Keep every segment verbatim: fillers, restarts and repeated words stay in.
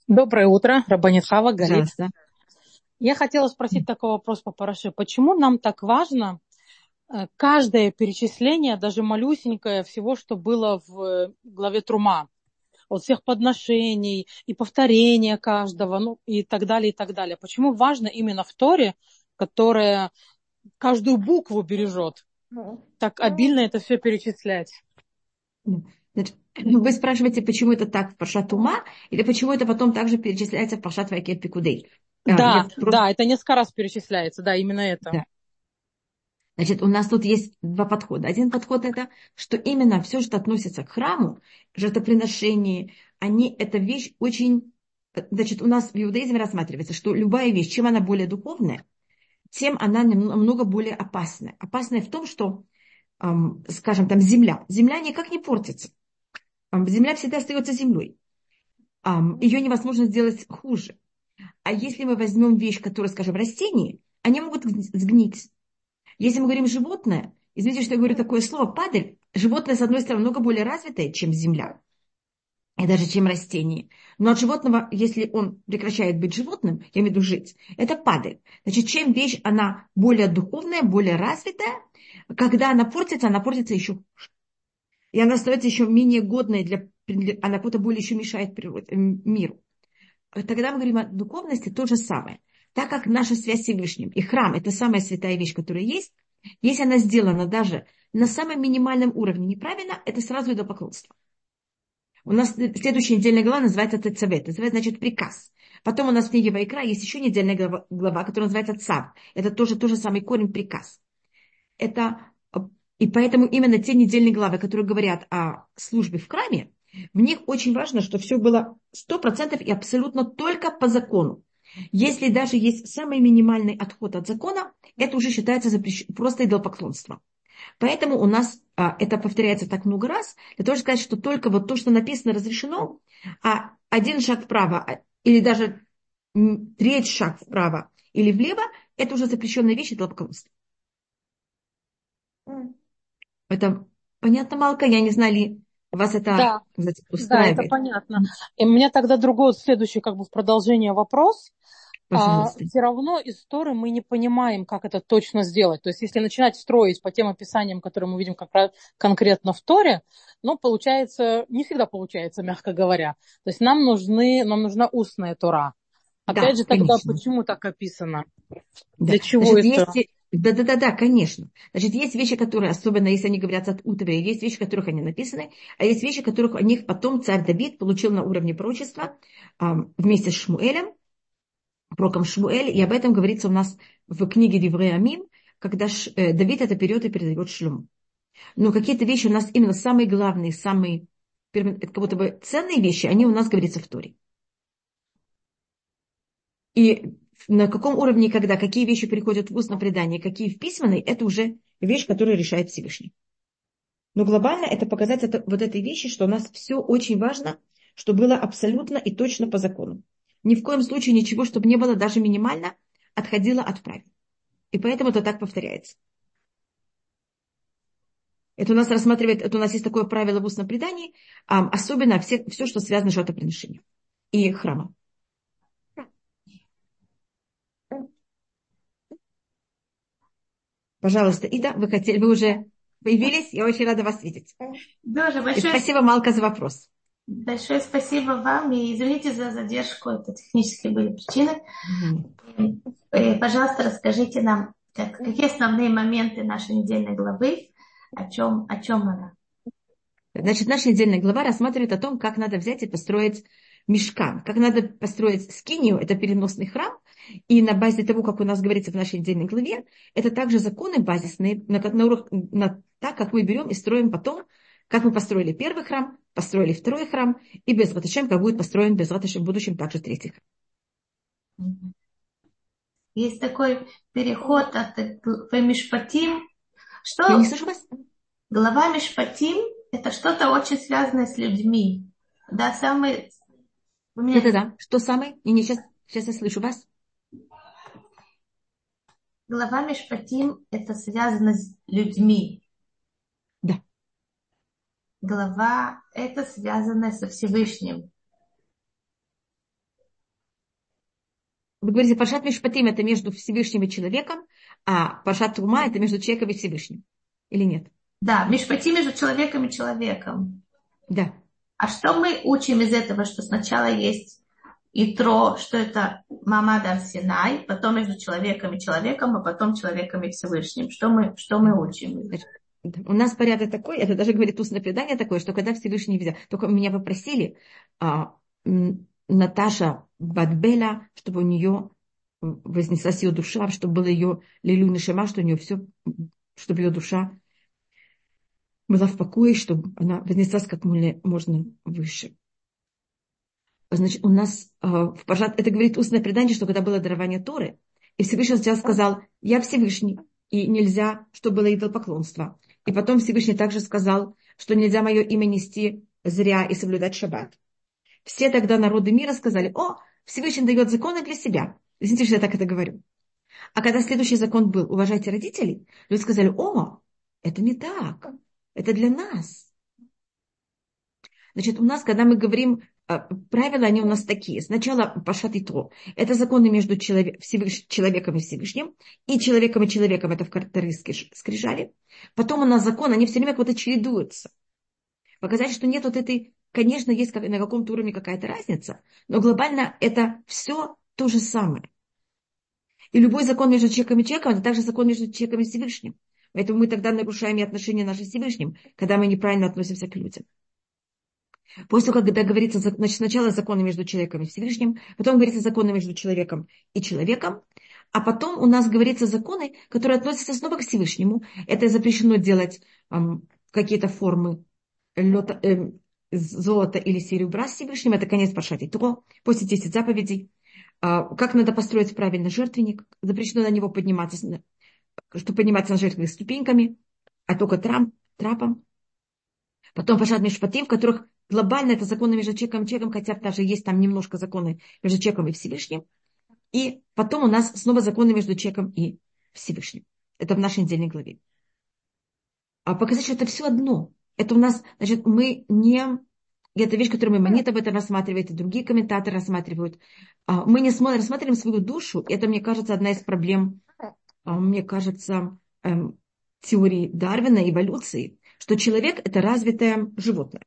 Доброе утро, Рабанит Хава, Галит. Пожалуйста. Я хотела спросить такой вопрос по Параше. Почему нам так важно э, каждое перечисление, даже малюсенькое, всего, что было в э, главе Трума? Вот всех подношений и повторения каждого, ну и так далее, и так далее. Почему важно именно в Торе, которая каждую букву бережет, так обильно это все перечислять? Значит, вы спрашиваете, почему это так в Паршат Ума, или почему это потом также перечисляется в Паршат Ваикет Пикудей? А, Я Да, просто... да, это несколько раз перечисляется, да, именно это. Да. Значит, у нас тут есть два подхода. Один подход это, что именно все, что относится к храму, жертвоприношение, они, эта вещь очень... Значит, у нас в иудаизме рассматривается, что любая вещь, чем она более духовная, тем она намного более опасная. Опасная в том, что, эм, скажем, там земля. Земля никак не портится. Эм, Земля всегда остается землей. Эм, Ее невозможно сделать хуже. А если мы возьмем вещь, которая, скажем, растение, они могут сгнить. Если мы говорим животное, извините, что я говорю такое слово, падаль, животное, с одной стороны, много более развитое, чем земля, и даже чем растение. Но от животного, если он прекращает быть животным, я имею в виду жить, это падаль. Значит, чем вещь, она более духовная, более развитая, когда она портится, она портится еще хуже. И она становится еще менее годной для... Она куда-то более еще мешает природе, миру. Тогда мы говорим о духовности то же самое. Так как наша связь с Всевышним и храм – это самая святая вещь, которая есть, если она сделана даже на самом минимальном уровне неправильно, это сразу идолопоклонство. У нас следующая недельная глава называется Тецавет. Тецавет значит приказ. Потом у нас в книге Вайкра есть еще недельная глава, глава которая называется Цав. Это тоже тот же самый корень приказ. Это, и поэтому именно те недельные главы, которые говорят о службе в храме, в них очень важно, что все было сто процентов и абсолютно только по закону. Если даже есть самый минимальный отход от закона, это уже считается запрещ... просто идолопоклонством. Поэтому у нас а, это повторяется так много раз, для того, чтобы сказать, что только вот то, что написано, разрешено, а один шаг вправо а, или даже м, треть шаг вправо или влево, это уже запрещенная вещь, идолопоклонство. Это понятно, Малка? Я не знаю, ли вас это Да, да, это устраивает. понятно. И у меня тогда другой, вот следующий, как бы в продолжение вопрос. А, Пожалуйста. все равно из Торы мы не понимаем, как это точно сделать. То есть, если начинать строить по тем описаниям, которые мы видим как раз конкретно в Торе, ну, получается, не всегда получается, мягко говоря. То есть, нам нужны, нам нужна устная Тора. Опять Да, же, тогда конечно. почему так описано? Да. Для чего Значит, это? есть... Да, да, да, да, конечно. Значит, есть вещи, которые, особенно если они говорят от утвари, есть вещи, которых они написаны, а есть вещи, которых о них потом царь Давид получил на уровне пророчества а, вместе с Шмуэлем, пророком Шмуэль, и об этом говорится у нас в книге Диврей Амим, когда Ш, э, Давид это берет и передает Шлому. Но какие-то вещи у нас именно самые главные, самые как будто бы ценные вещи, они у нас говорится в Торе. И на каком уровне, когда какие вещи переходят в устном предании, какие в письменной, это уже вещь, которую решает Всевышний. Но глобально это показать это, вот этой вещи, что у нас все очень важно, что было абсолютно и точно по закону. Ни в коем случае ничего, чтобы не было даже минимально, отходило от правил. И поэтому это так повторяется. Это у нас рассматривает, это у нас есть такое правило в устном предании, а, особенно все, все, что связано с жертвоприношением и храмом. Пожалуйста, Ида, вы хотели, вы уже появились, я очень рада вас видеть. Тоже И большое, спасибо, Малка, за вопрос. большое спасибо вам и извините за задержку, это технические были причины. Мгм. Э, Пожалуйста, расскажите нам, как- какие основные моменты нашей недельной главы, о чем, о чем она. Значит, наша недельная глава рассматривает о том, как надо взять и построить мишкан, как надо построить скинию, это переносный храм, и на базе того, как у нас говорится в нашей недельной главе, это также законы базисные, на, на, урок- на, так, как мы берем и строим потом, как мы построили первый храм, построили второй храм, и без Раташем, как будет построен без Раташем в будущем также третий храм. Есть такой переход от главы Мишпатим. Я не Что слышу вас? глава Мишпатим – это что-то очень связанное с людьми. Да, самый... Вы меня... Да-да-да. Что самое? Не, не, сейчас, сейчас я слышу вас. Глава Мишпатим – это связано с людьми. Да. Глава – это связано со Всевышним. вы говорите, Паршат Мишпатим это между Всевышним и человеком, а Паршат Трума это между человеком и Всевышним. Или нет? Да, Мишпати между человеком и человеком. Да. А что мы учим из этого, что сначала есть Итро, что это Мамад Ар-Синай, потом между человеком и человеком, а потом человеком и Всевышним. Что мы, что мы учим? Значит, у нас порядок такой, это даже говорит устное предание такое, что когда Всевышний взял, только меня попросили, а, м, Наташа Бадбеля, чтобы у нее вознеслась ее душа, чтобы было ее Лилю Нишама, что у нее все, чтобы ее душа была в покое, чтобы она вознеслась как можно выше. Значит, у нас э, в Паршат, это говорит устное предание, что когда было дарование Торы, и Всевышний сначала сказал, я Всевышний, и нельзя, чтобы было идолопоклонство. И потом Всевышний также сказал, что нельзя мое имя нести зря и соблюдать шаббат. Все тогда народы мира сказали, о, Всевышний дает законы для себя. Извините, что я так это говорю. А когда следующий закон был, уважайте родителей, люди сказали, о, это не так, это для нас. Значит, у нас, когда мы говорим, правила, они у нас такие. Сначала Пашат Итро. Это законы между человек, Всевыш, человеком и Всевышним. И человеком и человеком, это в Торы скрижали. Потом у нас закон, они все время куда-то чередуются. Показать, что нет вот этой, конечно, есть на каком-то уровне какая-то разница, но глобально это все то же самое. И любой закон между человеком и человеком, это также закон между человеком и Всевышним. Поэтому мы тогда нарушаем и отношения наши с Всевышним, когда мы неправильно относимся к людям. После того, когда говорится, значит, сначала законы между человеком и Всевышним, потом говорится законы между человеком и человеком, а потом у нас говорится законы, которые относятся снова к Всевышнему. Это запрещено делать эм, какие-то формы лёта, э, золота или серебра с Всевышним. Это конец Паршат Итро, после десяти заповедей. Э, как надо построить правильный жертвенник. Запрещено на него подниматься, что подниматься на жертвенник ступеньками, а только трам, трапом. Потом Паршат Мишпатим, в которых глобально это законы между человеком и человеком, хотя даже есть там немножко законы между человеком и Всевышним. И потом у нас снова законы между человеком и Всевышним. Это в нашей недельной главе. А показать, что это все одно. Это у нас, значит, мы не... Это вещь, которую мы Монет об этом рассматривает, и другие комментаторы рассматривают. Мы не смотрим, рассматриваем свою душу. Это, мне кажется, одна из проблем, мне кажется, теории Дарвина, эволюции, что человек – это развитое животное.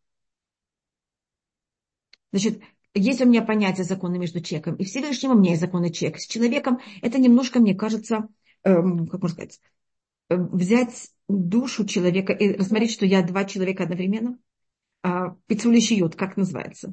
Значит, есть у меня понятие закона между человеком и Всевышним, у меня есть законы человека с человеком. Это немножко, мне кажется, эм, как можно сказать, э, взять душу человека и рассмотреть, что я два человека одновременно. А, пиццулищиют, как называется?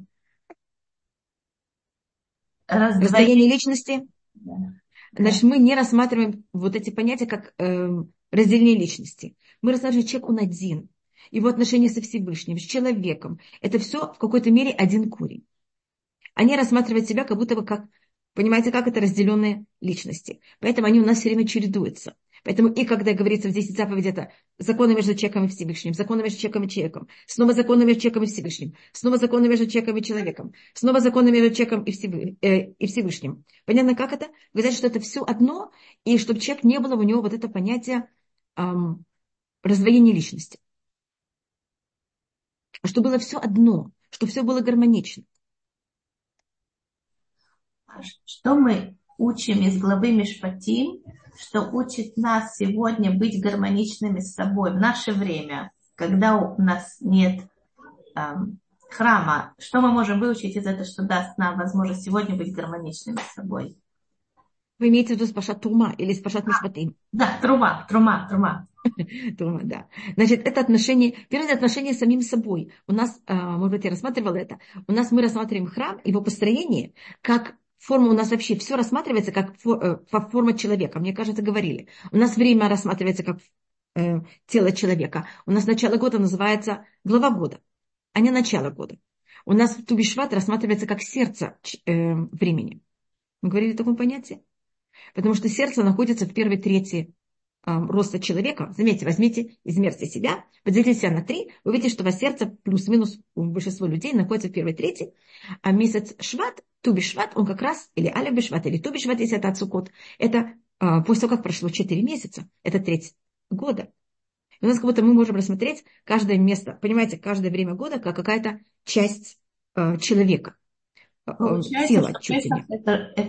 Раздвоение. Раздвоение личности. Да. Значит, мы не рассматриваем вот эти понятия как э, разделение личности. Мы рассматриваем, человек он один. Его отношения со Всевышним, с человеком. Это все в какой-то мере один корень. Они рассматривают себя как будто бы как, понимаете, как это разделенные личности. Поэтому они у нас все время чередуются. Поэтому и когда говорится в десять заповедей, это законы между человеком и Всевышним, законы между человеком и человеком, снова законы между человеком и Всевышним, снова законы между человеком и человеком, снова законы между человеком и, Всевы, э, и Всевышним. Понятно, как это? Говорят, что это все одно, и чтобы человек не было у него вот это понятие эм, раздвоения личности. А чтобы было все одно, чтобы все было гармонично. Что мы учим из главы Мишпатим, что учит нас сегодня быть гармоничными с собой в наше время, когда у нас нет эм, храма? Что мы можем выучить из этого, что даст нам возможность сегодня быть гармоничными с собой? Вы имеете в виду Пашат Трума или Пашат Мишпатим? Да, трума, трума, трума. Трума, да. Значит, это отношение, первое отношение с самим собой. У нас, может быть, я рассматривала это, у нас мы рассматриваем храм, его построение, как форма, у нас вообще все рассматривается как форма человека. Мне кажется, говорили. У нас время рассматривается как э, тело человека. У нас начало года называется глава года, а не начало года. У нас Ту Бишват рассматривается как сердце э, времени. Мы говорили о таком понятии? Потому что сердце находится в первой трети э, роста человека. Заметьте, возьмите, измерьте себя, поделите себя на три, вы увидите, что у вас сердце плюс-минус у большинства людей находится в первой трети, а месяц Шват, Ту Бишват, он как раз, или Алеф Бишват, или Ту Бишват, если это от Суккот, это э, после того, как прошло четыре месяца, это треть года. И у нас как будто мы можем рассмотреть каждое место, понимаете, каждое время года, как какая-то часть э, человека, э, Получается, тела что чуть ли не. это, это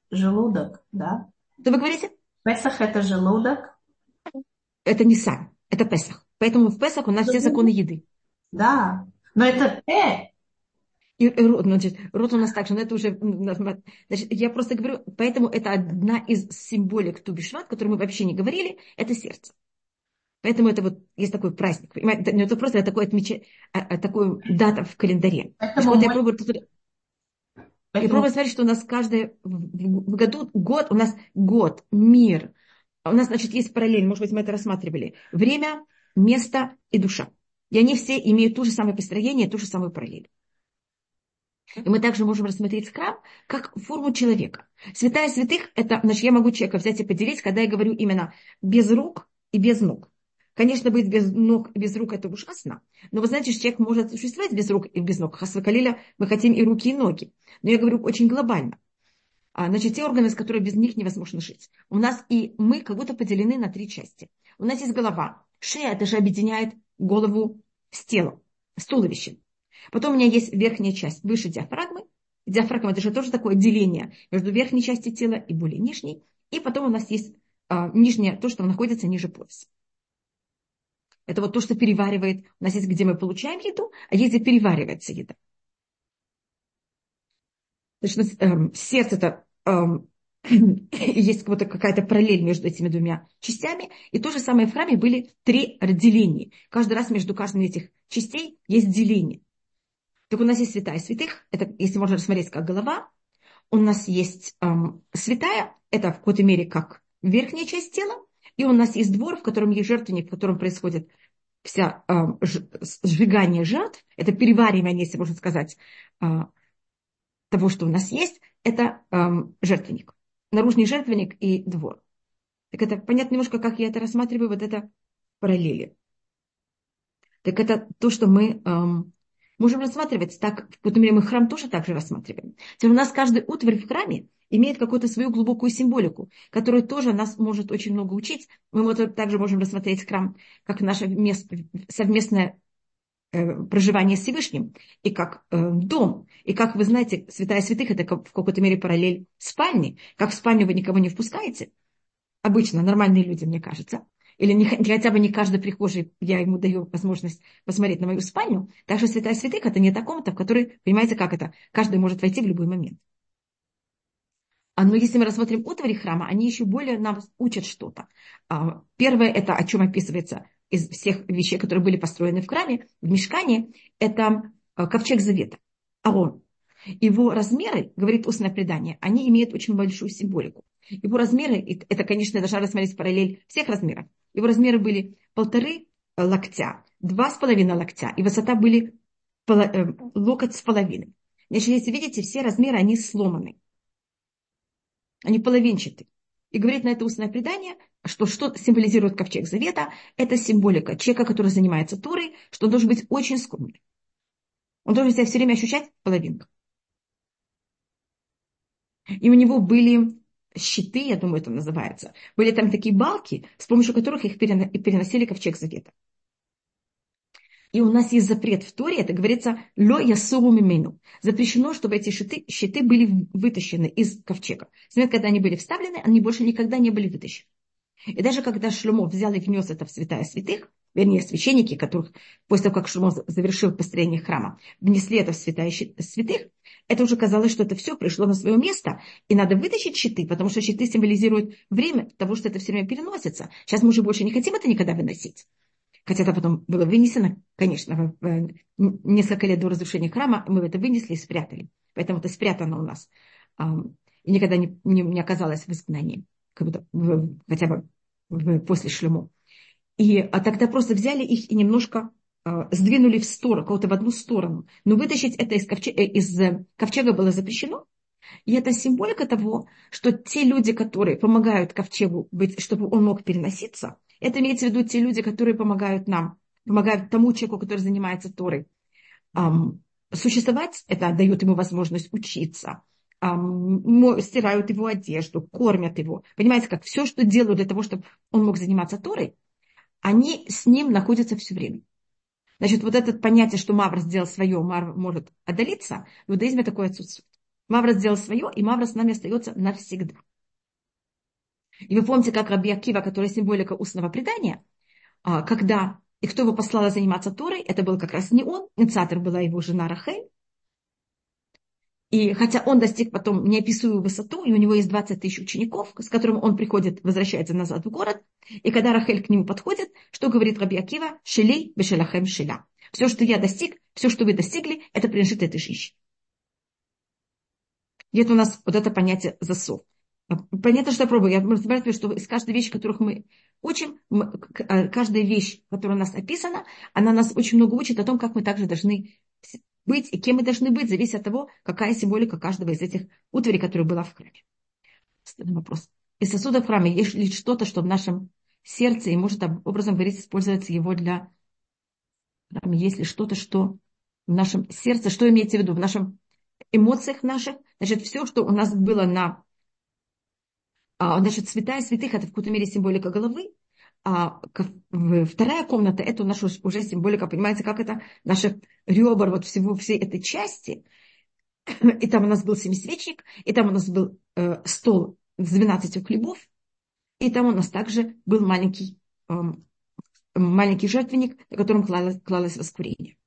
желудок, да? Что вы говорите? Песах это желудок. Это не сам, это Песах. Поэтому в Песах у нас все законы еды. Да, но это П. И рот, значит, рот у нас также, но это уже, значит, я просто говорю, поэтому это одна из символик Ту-би-Шват, о которой мы вообще не говорили, это сердце. Поэтому это вот есть такой праздник. Понимаете? Это просто такое отмечание, такую дата в календаре. Поэтому Вот я мы... пробую, я Поэтому... пробую смотреть, что у нас каждый в году, год, у нас год, мир. У нас, значит, есть параллель, может быть, мы это рассматривали. Время, место и душа. И они все имеют то же самое построение, ту же самую параллель. И мы также можем рассмотреть храм как форму человека. Святая святых, это, значит, я могу человека взять и поделить, когда я говорю именно без рук и без ног. Конечно, быть без ног и без рук это ужасно, но вы знаете, что человек может существовать без рук и без ног. Хасвакалиля, мы хотим и руки, и ноги. Но я говорю очень глобально. А, значит, те органы, с которыми без них невозможно жить. У нас и мы как будто поделены на три части. У нас есть голова. Шея, это же объединяет голову с телом, с туловищем. Потом у меня есть верхняя часть, выше диафрагмы. Диафрагма это же тоже такое деление между верхней частью тела и более нижней. И потом у нас есть а, нижнее, то, что находится ниже пояса. Это вот то, что переваривает. У нас есть, где мы получаем еду, а есть, где переваривается еда. Значит, эм, сердце это эм, есть вот какая-то параллель между этими двумя частями. И то же самое в храме были три разделения. Каждый раз между каждой из этих частей есть деление. Так у нас есть святая святых, это, если можно рассмотреть, как голова. У нас есть эм, святая, это в какой-то мере как верхняя часть тела. И у нас есть двор, в котором есть жертвенник, в котором происходит вся эм, ж, сжигание жертв. Это переваривание, если можно сказать, э, того, что у нас есть. Это эм, жертвенник. Наружный жертвенник и двор. Так это понятно немножко, как я это рассматриваю, вот это параллели. Так это то, что мы... Эм, можем рассматривать так, в какой-то мере мы храм тоже так же рассматриваем. Теперь у нас каждый утварь в храме имеет какую-то свою глубокую символику, которая тоже нас может очень много учить. Мы вот также можем рассмотреть храм как наше место, совместное э, проживание с Всевышним, и как э, дом. И как вы знаете, святая святых это в какой-то мере параллель спальни. Как в спальню вы никого не впускаете. Обычно нормальные люди, мне кажется. Или не, хотя бы не каждый прихожий, я ему даю возможность посмотреть на мою спальню. Так что святая святых это не та комната, в которой, понимаете, как это, каждый может войти в любой момент. А, но если мы рассмотрим утвари храма, они еще более нам учат что-то. А, первое, это о чем описывается из всех вещей, которые были построены в храме, в мишкане, это ковчег завета, Арон. Его размеры, говорит устное предание, они имеют очень большую символику. Его размеры, это, конечно, я должна рассмотреть параллель всех размеров. Его размеры были полторы локтя, два с половиной локтя, и высота были локоть с половиной. Значит, если видите, все размеры, они сломаны. Они половинчаты. И говорит на это устное предание, что что символизирует ковчег завета, это символика человека, который занимается Торой, что он должен быть очень скромным. Он должен себя все время ощущать половинку. И у него были щиты, я думаю, это называется. Были там такие балки, с помощью которых их переносили ковчег завета. И у нас есть запрет в Торе, это говорится «ло ясуру мимену». Запрещено, чтобы эти щиты, щиты были вытащены из ковчега. Смотрите, когда они были вставлены, они больше никогда не были вытащены. И даже когда Шломо взял и внес это в святая святых, вернее, священники, которых после того, как Шломо завершил построение храма, внесли это в святая святых, это уже казалось, что это все пришло на свое место, и надо вытащить щиты, потому что щиты символизируют время того, что это все время переносится. Сейчас мы уже больше не хотим это никогда выносить. Хотя это потом было вынесено, конечно, в несколько лет до разрушения храма мы это вынесли и спрятали. Поэтому это спрятано у нас. И никогда не, не, не оказалось в изгнании, как будто в, хотя бы в, после Шломо. И а тогда просто взяли их и немножко а, сдвинули в сторону, кого-то в одну сторону. Но вытащить это из ковчега, из ковчега было запрещено. И это символика того, что те люди, которые помогают ковчегу, быть, чтобы он мог переноситься, это имеется в виду те люди, которые помогают нам, помогают тому человеку, который занимается Торой, эм, существовать. Это дает ему возможность учиться, эм, стирают его одежду, кормят его. Понимаете, как все, что делают для того, чтобы он мог заниматься Торой, они с ним находятся все время. Значит, вот это понятие, что Мавр сделал свое, Мавр может отдалиться, в иудаизме такое отсутствует. Мавра сделал свое, и Мавра с нами остается навсегда. И вы помните, как Раби Акива, который символика устного предания, когда, и кто его послал заниматься Торой, это был как раз не он, инициатор была его жена Рахель. И хотя он достиг потом неописуемую высоту, и у него есть двадцать тысяч учеников, с которыми он приходит, возвращается назад в город, и когда Рахель к нему подходит, что говорит Раби Акива? Шели бешелахем шеля. Все, что я достиг, все, что вы достигли, это принадлежит этой женщине. И это у нас вот это понятие засов. Понятно, что я пробую. Я разбираюсь, что из каждой вещи, которых мы учим, мы, каждая вещь, которая у нас описана, она нас очень много учит о том, как мы также должны быть и кем мы должны быть, зависит от того, какая символика каждого из этих утварей, которая была в храме. Следующий вопрос. Из сосуда в храме есть ли что-то, что в нашем сердце, и может образом говорить, использоваться его для храма? Есть ли что-то, что в нашем сердце, что имеется в виду, в нашем эмоциях наших? Значит, все, что у нас было на... Значит, святая святых, это в какой-то мере символика головы. А вторая комната, это у нас уже символика, понимаете, как это наших ребер, вот всего, всей этой части. И там у нас был семисвечник, и там у нас был э, стол с двенадцатью хлебов, и там у нас также был маленький, э, маленький жертвенник, на котором клалось, клалось воскурение.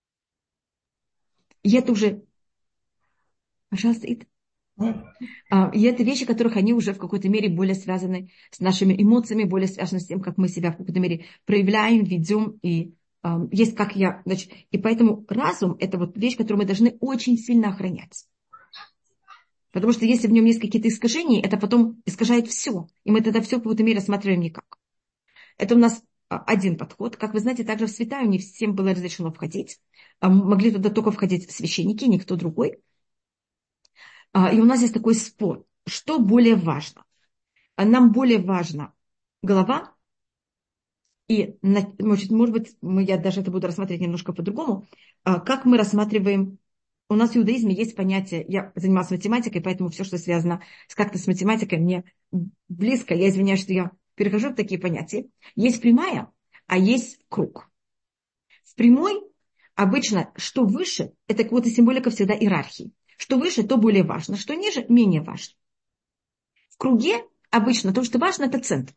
И это уже... Пожалуйста, Ид. И это вещи, которых они уже в какой-то мере более связаны с нашими эмоциями, более связаны с тем, как мы себя в какой-то мере проявляем, ведем. И э, есть как я... Значит, и поэтому разум – это вот вещь, которую мы должны очень сильно охранять. Потому что если в нем есть какие-то искажения, это потом искажает все. И мы тогда все в какой-то мере рассматриваем никак. Это у нас один подход. Как вы знаете, также в святая не всем было разрешено входить. Могли туда только входить священники, никто другой. И у нас есть такой спор. Что более важно? Нам более важна голова. И, может, может быть, мы, я даже это буду рассматривать немножко по-другому. Как мы рассматриваем... У нас в иудаизме есть понятие... Я занималась математикой, поэтому все, что связано с как-то с математикой, мне близко. Я извиняюсь, что я перехожу в такие понятия. Есть прямая, а есть круг. В прямой обычно, что выше, это какая-то символика всегда иерархии. Что выше, то более важно. Что ниже, менее важно. В круге обычно то, что важно, это центр.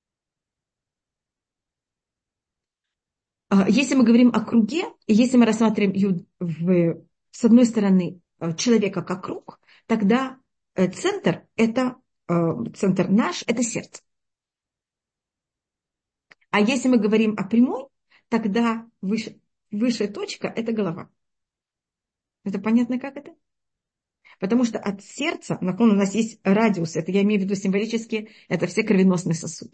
Если мы говорим о круге, если мы рассматриваем в, с одной стороны человека как круг, тогда центр, это, центр наш, это сердце. А если мы говорим о прямой, тогда выше, высшая точка – это голова. Это понятно, как это? Потому что от сердца, наклон у нас есть радиус, это я имею в виду символически, это все кровеносные сосуды.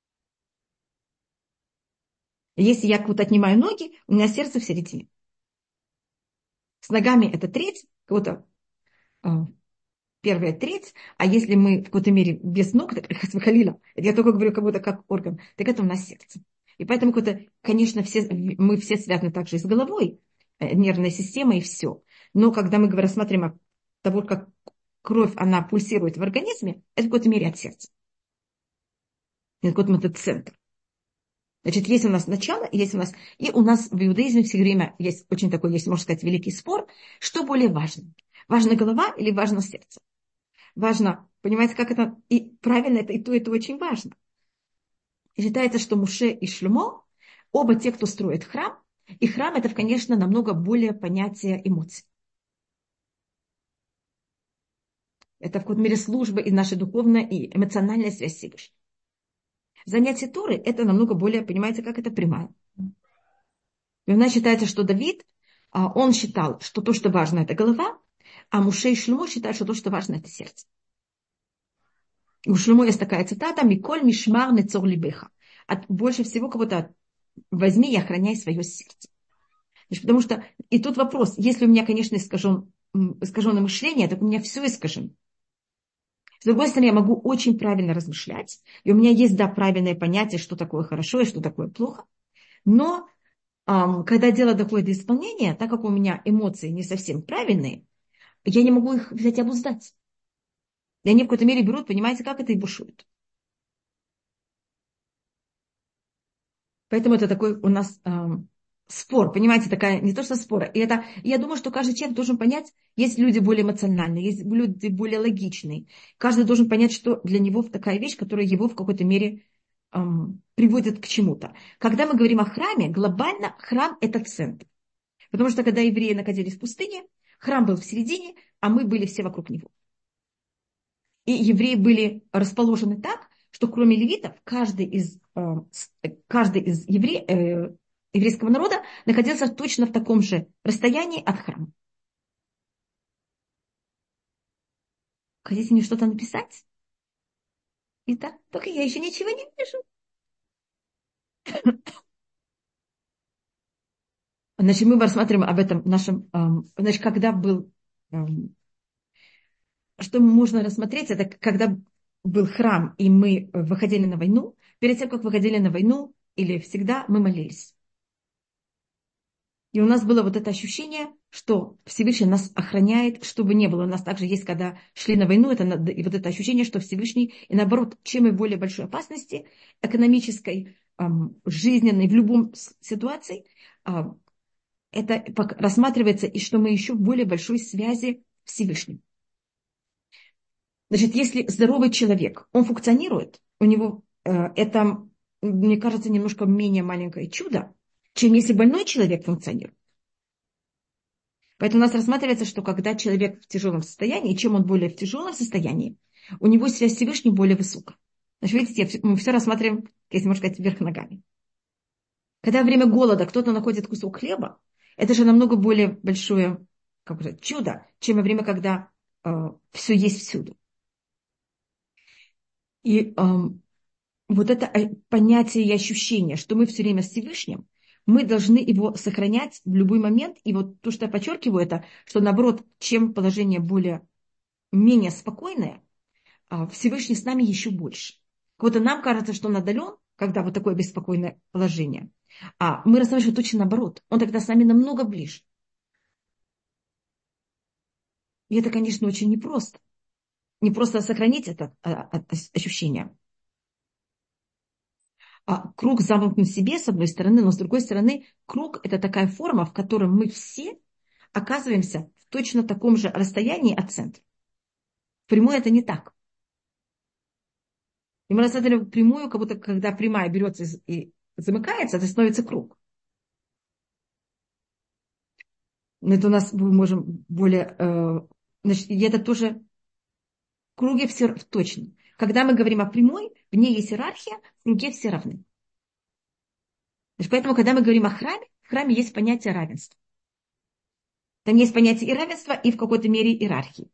Если я куда-то отнимаю ноги, у меня сердце в середине. С ногами это треть, кого-то первая треть, а если мы в какой-то мере без ног, так халила, я только говорю как будто как орган, так это у нас сердце. И поэтому, конечно, все, мы все связаны также и с головой, нервной системой и все. Но когда мы рассматриваем того, как кровь, она пульсирует в организме, это в какой-то мере от сердца. Это какой-то это центр. Значит, есть у нас начало, есть у нас... И у нас в иудаизме все время есть очень такой, есть, можно сказать, великий спор, что более важно. Важна голова или важно сердце? Важно, понимаете, как это... И правильно, это и то, и то очень важно. И считается, что Муше и Шломо, оба те, кто строит храм, и храм это, конечно, намного более понятие эмоций. Это в какой-то мере служба и наша духовная и эмоциональная связь с Всевышним. Занятие Торы это намного более, понимаете, как это прямая. И у нас считается, что Давид, он считал, что то, что важно, это голова, а Муше и Шломо считают, что то, что важно, это сердце. У Шломо есть такая цитата: «Миколь мишмар нецор либеха». От больше всего кого-то возьми и охраняй свое сердце. Значит, потому что, и тут вопрос, если у меня, конечно, искажен, искаженное мышление, так у меня все искажено. С другой стороны, я могу очень правильно размышлять, и у меня есть, да, правильное понятие, что такое хорошо и что такое плохо, но эм, когда дело доходит до исполнения, так как у меня эмоции не совсем правильные, я не могу их взять и обуздать. И они в какой-то мере берут, понимаете, как это и бушуют. Поэтому это такой у нас эм, спор, понимаете, такая, не то что спор. И это, я думаю, что каждый человек должен понять, есть люди более эмоциональные, есть люди более логичные. Каждый должен понять, что для него такая вещь, которая его в какой-то мере эм, приводит к чему-то. Когда мы говорим о храме, глобально храм – это центр. Потому что когда евреи находились в пустыне, храм был в середине, а мы были все вокруг него. И евреи были расположены так, что кроме левитов, каждый из, э, каждый из евре, э, еврейского народа находился точно в таком же расстоянии от храма. Хотите мне что-то написать? Итак, только я еще ничего не пишу. Значит, мы рассматриваем об этом нашем, эм, значит, когда был, эм, что можно рассмотреть, это когда был храм, и мы выходили на войну. Перед тем, как выходили на войну, или всегда, мы молились. И у нас было вот это ощущение, что Всевышний нас охраняет, что бы ни было. У нас также есть, когда шли на войну, это, и вот это ощущение, что Всевышний, и наоборот, чем и более большой опасности, экономической, эм, жизненной, в любом ситуации, э, это рассматривается, и что мы еще в более большой связи с Всевышним. Значит, если здоровый человек, он функционирует, у него э, это, мне кажется, немножко менее маленькое чудо, чем если больной человек функционирует. Поэтому у нас рассматривается, что когда человек в тяжелом состоянии, чем он более в тяжелом состоянии, у него связь с Всевышним более высокая. Значит, видите, мы все рассматриваем, если можно сказать, вверх ногами. Когда во время голода кто-то находит кусок хлеба, это же намного более большое, как сказать, чудо, чем во время, когда э, все есть всюду. И э, вот это понятие и ощущение, что мы все время с Всевышним, мы должны его сохранять в любой момент. И вот то, что я подчеркиваю, это, что наоборот, чем положение более, менее спокойное, Всевышний с нами еще больше. Вот нам кажется, что он отдален, когда вот такое беспокойное положение. А мы рассматриваем, что точно наоборот. Он тогда с нами намного ближе. И это, конечно, очень непросто. Не просто сохранить это ощущение. А круг замкнут в себе, с одной стороны, но с другой стороны, круг – это такая форма, в которой мы все оказываемся в точно таком же расстоянии от центра. Прямой это не так. И мы рассматриваем прямую, как будто когда прямая берется и замыкается, это становится круг. Это у нас мы можем более... Э, значит, и это тоже в круге все точно. Когда мы говорим о прямой, в ней есть иерархия, в круге все равны. Значит, поэтому, когда мы говорим о храме, в храме есть понятие равенства. Там есть понятие и равенства, и в какой-то мере иерархии.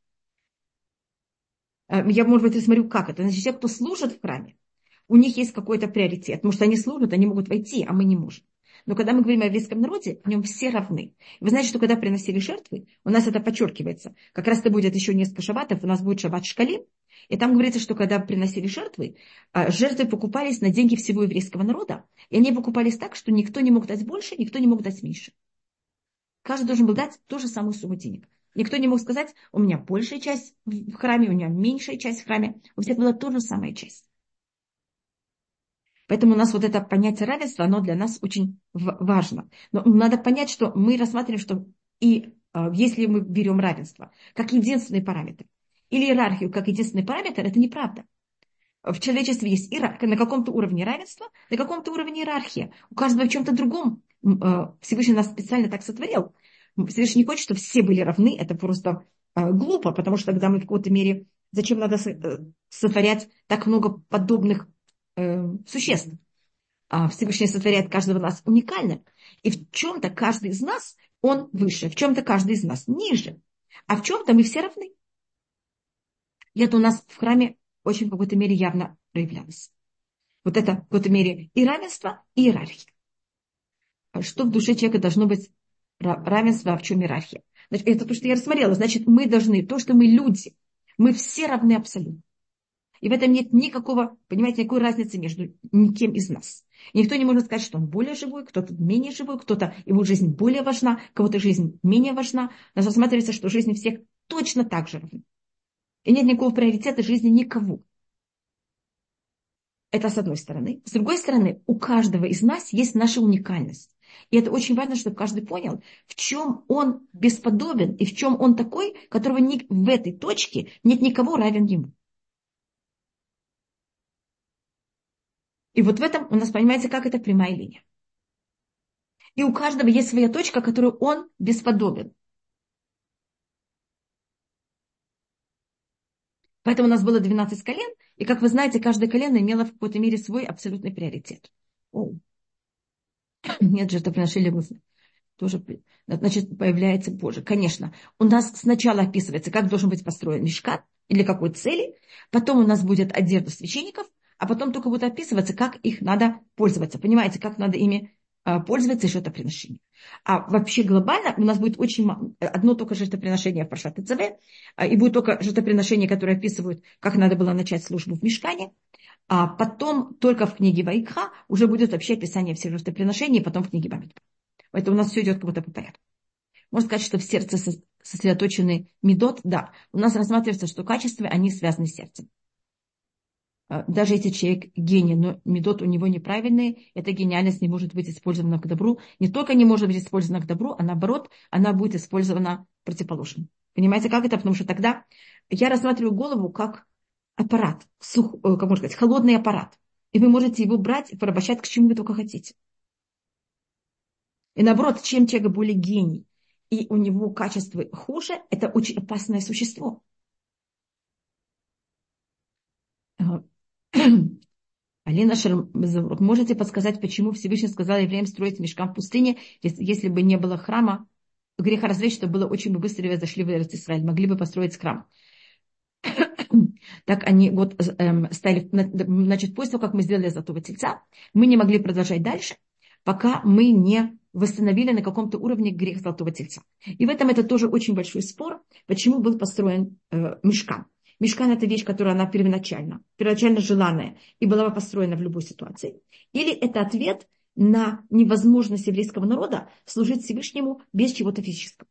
Я, может быть, рассмотрю, как это. Значит, те, кто служит в храме, у них есть какой-то приоритет. Потому что они служат, они могут войти, а мы не можем. Но когда мы говорим о еврейском народе, в нем все равны. Вы знаете, что когда приносили жертвы, у нас это подчеркивается. Как раз это будет еще несколько шаббатов, у нас будет шаббат Шкалим. И там говорится, что когда приносили жертвы, жертвы покупались на деньги всего еврейского народа. И они покупались так, что никто не мог дать больше, никто не мог дать меньше. Каждый должен был дать ту же самую сумму денег. Никто не мог сказать, у меня большая часть в храме, у меня меньшая часть в храме. У всех была та же самая часть. Поэтому у нас вот это понятие равенства, оно для нас очень важно. Но надо понять, что мы рассматриваем, что и если мы берем равенство как единственный параметр, или иерархию как единственный параметр, это неправда. В человечестве есть иерархия, на каком-то уровне равенства, на каком-то уровне иерархия. У каждого в чем-то другом. Всевышний нас специально так сотворил. Всевышний не хочет, чтобы все были равны. Это просто глупо, потому что тогда мы в какой-то мере... Зачем надо сотворять так много подобных э, существ? А Всевышний сотворяет каждого нас уникальным. И в чем-то каждый из нас, он выше. В чем-то каждый из нас ниже. А в чем-то мы все равны. И это у нас в храме очень в какой-то мере явно проявлялось. Вот это в какой-то мере и равенство, и иерархия. Что в душе человека должно быть равенство, а в чем иерархия? Значит, это то, что я рассмотрела. Значит, мы должны, то, что мы люди, мы все равны абсолютно. И в этом нет никакого, понимаете, никакой разницы между никем из нас. И никто не может сказать, что он более живой, кто-то менее живой, кто-то, его жизнь более важна, кого-то жизнь менее важна. У нас рассматривается, что жизнь всех точно так же равны. И нет никакого приоритета жизни никого. Это с одной стороны. С другой стороны, у каждого из нас есть наша уникальность. И это очень важно, чтобы каждый понял, в чем он бесподобен и в чем он такой, которого ни, в этой точке нет никого равен ему. И вот в этом у нас, понимаете, как это прямая линия. И у каждого есть своя точка, которую он бесподобен. Поэтому у нас было двенадцать колен, и, как вы знаете, каждое колено имело в какой-то мере свой абсолютный приоритет. О. Нет жертвоприношения тоже, значит, появляется Боже. Конечно, у нас сначала описывается, как должен быть построен мишкан и для какой цели, потом у нас будет одежда священников, а потом только будет описываться, как их надо пользоваться. Понимаете, как надо ими пользоваться и жертвоприношение. А вообще глобально у нас будет очень мало, одно только жертвоприношение в Паршат Тецаве, и будет только жертвоприношение, которое описывают, как надо было начать службу в мишкане, а потом только в книге Ваикха уже будет вообще описание всех жертвоприношений, и потом в книге Бамидбар. Поэтому у нас все идет как будто по порядку. Можно сказать, что в сердце сосредоточены медот, да. У нас рассматривается, что качества, они связаны с сердцем. Даже если человек гений, но медот у него неправильные, эта гениальность не может быть использована к добру. Не только не может быть использована к добру, а наоборот, она будет использована противоположным. Понимаете, как это? Потому что тогда я рассматриваю голову как аппарат, сух, как можно сказать, холодный аппарат. И вы можете его брать и порабощать к чему вы только хотите. И наоборот, чем человек более гений, и у него качество хуже, это очень опасное существо. Алина Шармазаврук, можете подсказать, почему Всевышний сказал евреям строить мишкан в пустыне, если бы не было храма? Греха развлечь, чтобы было очень бы быстро зашли в Израиль, могли бы построить храм. Так они вот эм, стали, значит, после того, как мы сделали золотого тельца, мы не могли продолжать дальше, пока мы не восстановили на каком-то уровне грех золотого тельца. И в этом это тоже очень большой спор, почему был построен э, мишкан. Мишкан – это вещь, которая она первоначально, первоначально желанная и была бы построена в любой ситуации. Или это ответ на невозможность еврейского народа служить Всевышнему без чего-то физического.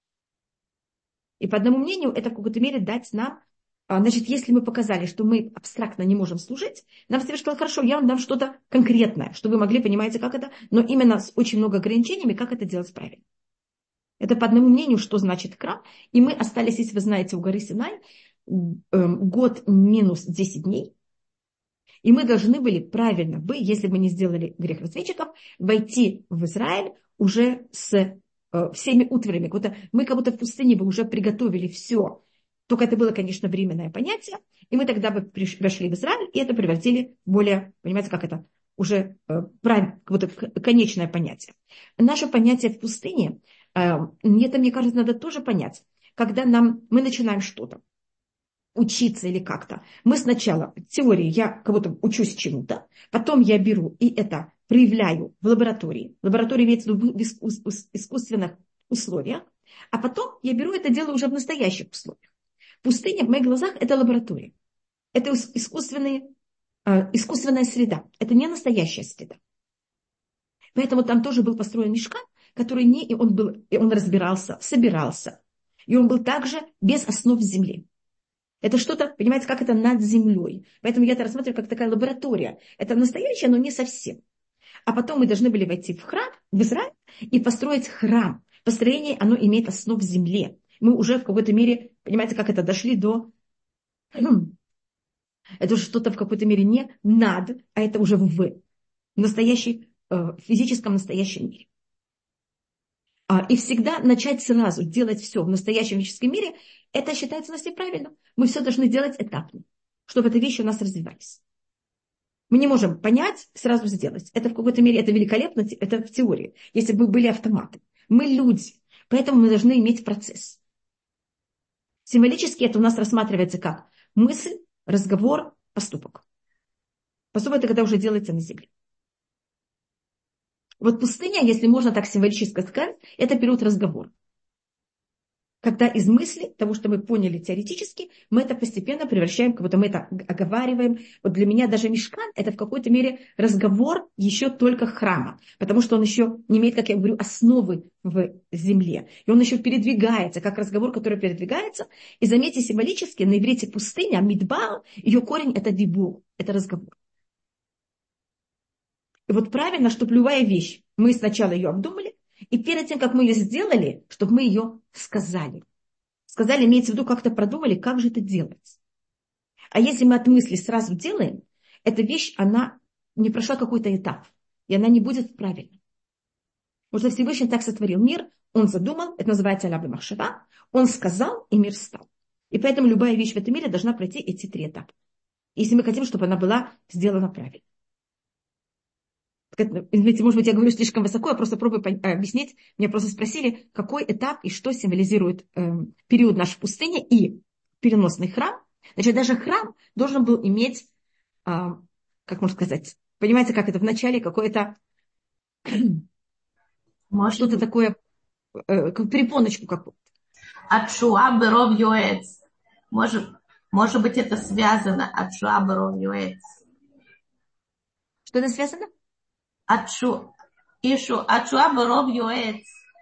И по одному мнению, это в какой-то мере дать нам, значит, если мы показали, что мы абстрактно не можем служить, нам Всевышний сказал, хорошо, я вам дам что-то конкретное, чтобы вы могли, понимаете, как это, но именно с очень много ограничениями, как это делать правильно. Это по одному мнению, что значит храм. И мы остались, если вы знаете, у горы Синай год минус десять дней. И мы должны были правильно бы, если бы не сделали грех разведчиков, войти в Израиль уже с э, всеми утварями. Мы как будто в пустыне бы уже приготовили все. Только это было, конечно, временное понятие. И мы тогда бы приш, вошли в Израиль, и это превратили в более, понимаете, как это, уже э, правильно, как будто конечное понятие. Наше понятие в пустыне, э, это, мне кажется, надо тоже понять. Когда нам, мы начинаем что-то учиться или как-то. Мы сначала, в теории, я кого-то учусь чему-то, потом я беру и это проявляю в лаборатории. В лаборатории имеется в виду в искусственных условиях, а потом я беру это дело уже в настоящих условиях. Пустыня в моих глазах – это лаборатория. Это искусственные, э, искусственная среда. Это не настоящая среда. Поэтому там тоже был построен мишкан, который не, и он, был, и он разбирался, собирался. И он был также без основ земли. Это что-то, понимаете, как это над землей. Поэтому я это рассматриваю как такая лаборатория. Это настоящее, но не совсем. А потом мы должны были войти в храм, в Израиль, и построить храм. Построение, оно имеет основу в земле. Мы уже в какой-то мере, понимаете, как это, дошли до... Это уже что-то в какой-то мере не над, а это уже в настоящем, в физическом настоящем мире. И всегда начать сразу делать все в настоящем физическом мире, это считается у нас неправильно. Мы все должны делать этапно, чтобы эти вещи у нас развивались. Мы не можем понять, сразу сделать. Это в какой-то мере, это великолепно, это в теории. Если бы были автоматы. Мы люди, поэтому мы должны иметь процесс. Символически это у нас рассматривается как мысль, разговор, поступок. Поступок – это когда уже делается на земле. Вот пустыня, если можно так символически сказать, это период разговора. Когда из мысли, того, что мы поняли теоретически, мы это постепенно превращаем, как будто мы это оговариваем. Вот для меня даже мишкан – это в какой-то мере разговор еще только храма, потому что он еще не имеет, как я говорю, основы в земле. И он еще передвигается, как разговор, который передвигается. И заметьте, символически на иврите пустыня, мидбар, ее корень – это дибур, это разговор. И вот правильно, чтобы любая вещь, Мы сначала ее обдумали, и перед тем, как мы ее сделали, чтобы мы ее сказали. Сказали, имеется в виду, как-то продумали, как же это делать. А если мы от мысли сразу делаем, эта вещь, она не прошла какой-то этап, и она не будет правильной. Потому что Всевышний так сотворил мир, он задумал, это называется аля б'махшава, он сказал, и мир стал. И поэтому любая вещь в этом мире должна пройти эти три этапа. Если мы хотим, чтобы она была сделана правильно. Извините, может быть, я говорю слишком высоко, я просто пробую объяснить. Меня просто спросили, какой этап и что символизирует э, период нашей пустыни и переносный храм. Значит, даже храм должен был иметь, э, как можно сказать, понимаете, как это в начале, какое-то что-то такое, э, как перепоночку какую-то. Атшуа беров юэц. Может, может быть, это связано. Атшуа беров юэц. Что это связано? Атшу. Ишу. Атшуа беров юэц.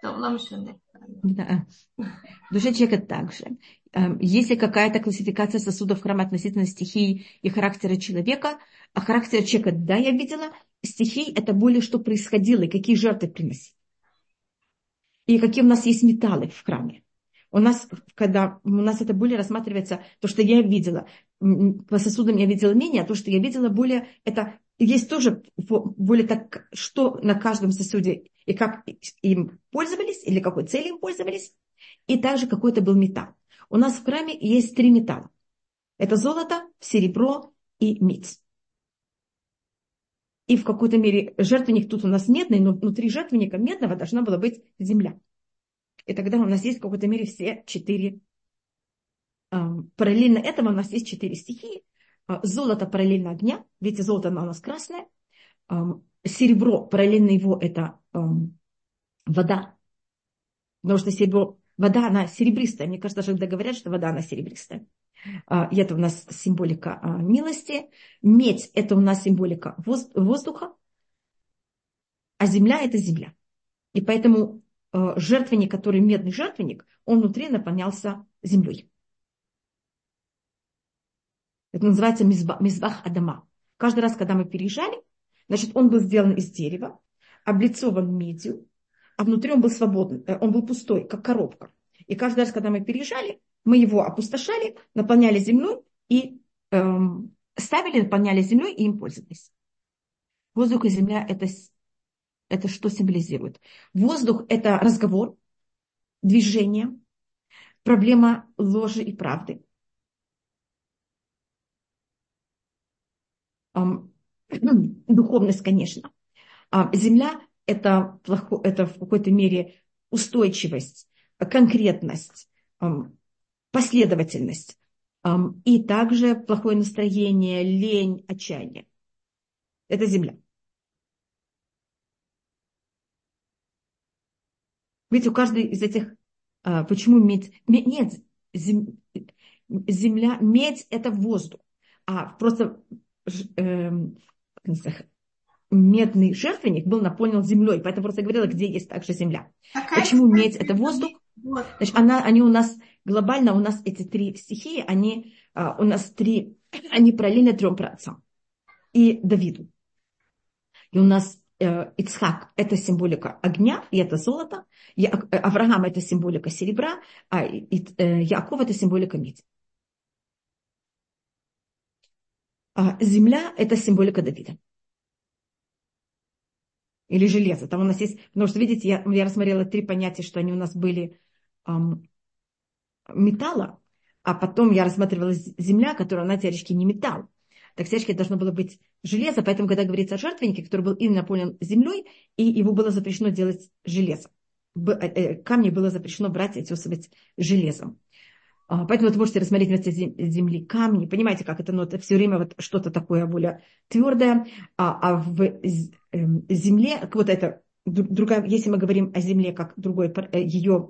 Да. В душе человека также. Если какая-то классификация сосудов храма относительно стихий и характера человека, а характер человека, да, я видела, стихий это более что происходило, и какие жертвы приносить. И какие у нас есть металлы в храме. У нас, когда у нас это более рассматривается, то, что я видела, по сосудам я видела менее, а то, что я видела более, это есть тоже более так, что на каждом сосуде, и как им пользовались, или какой целью им пользовались, и также какой-то был металл. У нас в храме есть три металла. Это золото, серебро и медь. И в какой-то мере жертвенник тут у нас медный, но внутри жертвенника медного должна была быть земля. И тогда у нас есть в какой-то мере все четыре. Параллельно этому у нас есть четыре стихии. Золото параллельно огня. Видите, золото оно у нас красное. Серебро параллельно его это вода. Потому что серебро, вода она серебристая. Мне кажется, даже когда говорят, что вода она серебристая. И это у нас символика милости. Медь это у нас символика воздуха. А земля это земля. И поэтому жертвенник, который медный жертвенник, он внутри наполнялся землей. Это называется мизбах Адама. Каждый раз, когда мы переезжали, значит, он был сделан из дерева, облицован медью, а внутри он был свободный, он был пустой, как коробка. И каждый раз, когда мы переезжали, мы его опустошали, наполняли землей и эм, ставили, наполняли землей и им пользовались. Воздух и земля это, это что символизирует? Воздух это разговор, движение, проблема ложи и правды. Духовность, конечно. А земля это, плохо, это в какой-то мере устойчивость, конкретность, последовательность. И также плохое настроение, лень, отчаяние. Это земля. Видите, у каждой из этих... Почему медь? Нет, земля, медь это воздух. А просто... медный жертвенник был наполнен землей. Поэтому просто говорила, где есть также земля. Какая Почему медь это воздух? Вот. Значит, она, они у нас глобально, у нас эти три стихии, они у нас три, они параллельны трем праотцам. И Давиду. И у нас э, Ицхак это символика огня, и это золото. Я, Авраам это символика серебра, а и, э, Яков это символика меди. А земля это символика Давида. Или железо. Там у нас есть, потому что, видите, я, я рассмотрела три понятия, что они у нас были эм, металла, а потом я рассматривала земля, которая, она теоретически не металл. Так теоретически должно было быть железо, поэтому, когда говорится о жертвеннике, который был именно наполнен землей, и его было запрещено делать железом. Камни было запрещено брать и отесывать железом. Поэтому вы можете рассмотреть вместо земли камни. Понимаете, как это? Ну, это все время вот что-то такое более твердое. А, а в земле, вот это, другая, если мы говорим о земле как другой, ее,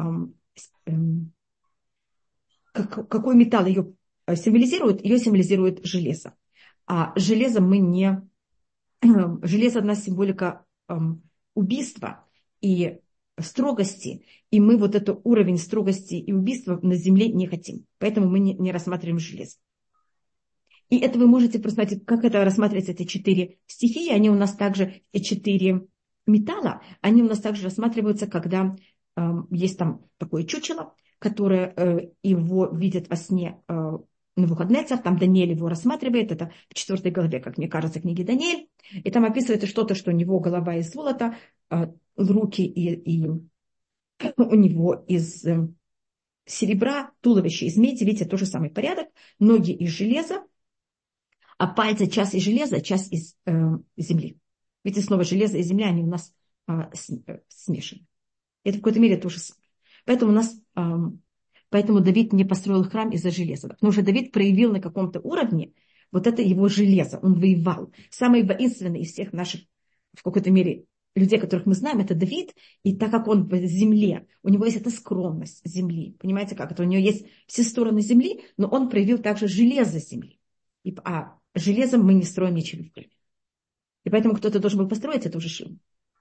как, какой металл ее символизирует? Ее символизирует железо. А железо мы не... Железо одна символика убийства и строгости, и мы вот этот уровень строгости и убийства на земле не хотим. Поэтому мы не, не рассматриваем железо. И это вы можете посмотреть, как это рассматривается, эти четыре стихии. Они у нас также четыре металла, они у нас также рассматриваются, когда э, есть там такое чучело, которое э, его видят во сне э, Навуходоносор, там Даниэль его рассматривает, это в четвертой главе, как мне кажется, книги Даниэль, и там описывается что-то, что у него голова из золота, э, руки и, и у него из э, серебра, туловище из меди, видите, тот же самый порядок, ноги из железа, а пальцы часть из железа, часть из э, земли. Видите, снова железо и земля, они у нас э, смешаны. Это в какой-то мере то же самое. Поэтому у нас, э, поэтому Давид не построил храм из-за железа. Потому что Давид проявил на каком-то уровне вот это его железо. Он воевал. Самый воинственный из всех наших, в какой-то мере, людей, которых мы знаем, это Давид. И так как он в земле, у него есть эта скромность земли. Понимаете, как это? У него есть все стороны земли, но он проявил также железо земли. И, а железом мы не строим ничего в храме. И поэтому кто-то должен был построить это уже Шим.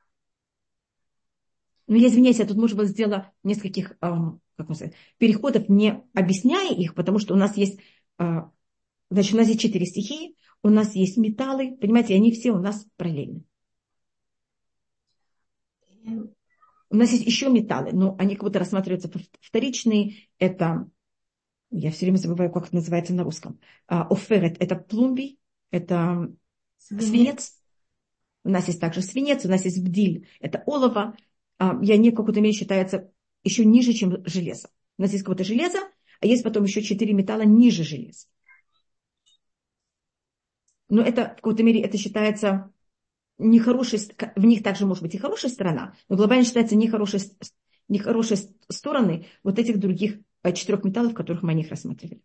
Но я извиняюсь, я тут, может быть, сделала нескольких эм, как можно сказать, переходов, не объясняя их, потому что у нас есть, э, значит, у нас есть четыре стихии, у нас есть металлы, понимаете, и они все у нас параллельны. У нас есть еще металлы, но они как будто рассматриваются вторичные. Это, я все время забываю, как это называется на русском. А, оферет – это плумбий, это свинец. свинец. У нас есть также свинец, у нас есть бдиль – это олово. А, и они в какой-то мере считаются еще ниже, чем железо. У нас есть какое-то железо, а есть потом еще четыре металла ниже железа. Но это в какой-то мере это считается нехорошей, в них также может быть и хорошая сторона, но глобально считается нехорошей, нехорошей стороны вот этих других четырех металлов, которых мы о них рассматривали.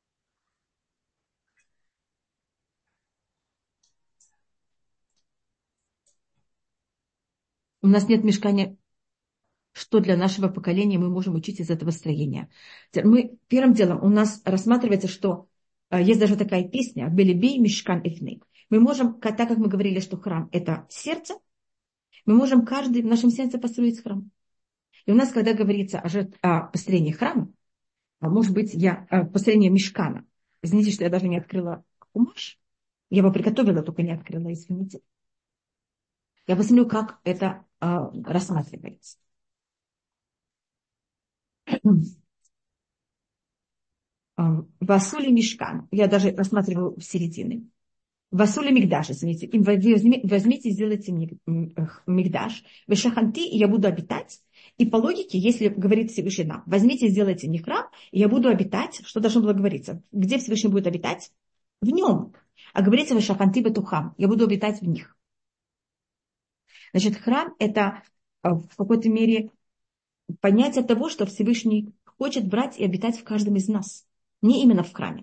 У нас нет мешкания, что для нашего поколения мы можем учить из этого строения. Мы, первым делом у нас рассматривается, что есть даже такая песня «Белебей мешкан ивны». Мы можем, так как мы говорили, что храм – это сердце, мы можем каждый в нашем сердце построить храм. И у нас, когда говорится о, жертв, о построении храма, а может быть, я о построении мешкана. Извините, что я даже не открыла кумаш. Я его приготовила, только не открыла, извините. Я посмотрю, как это а, рассматривается. Васули мешкан. Я даже рассматриваю в середине. Васули мигдаш, извините. Возьмите и сделайте мигдаш. Вешаханти, и я буду обитать. И по логике, если говорит Всевышний нам, возьмите и сделайте не храм, и я буду обитать, что должно было говориться? Где Всевышний будет обитать? В нем. А говорится вешаханти бетухам, я буду обитать в них. Значит, храм это в какой-то мере понятие того, что Всевышний хочет брать и обитать в каждом из нас. Не именно в храме.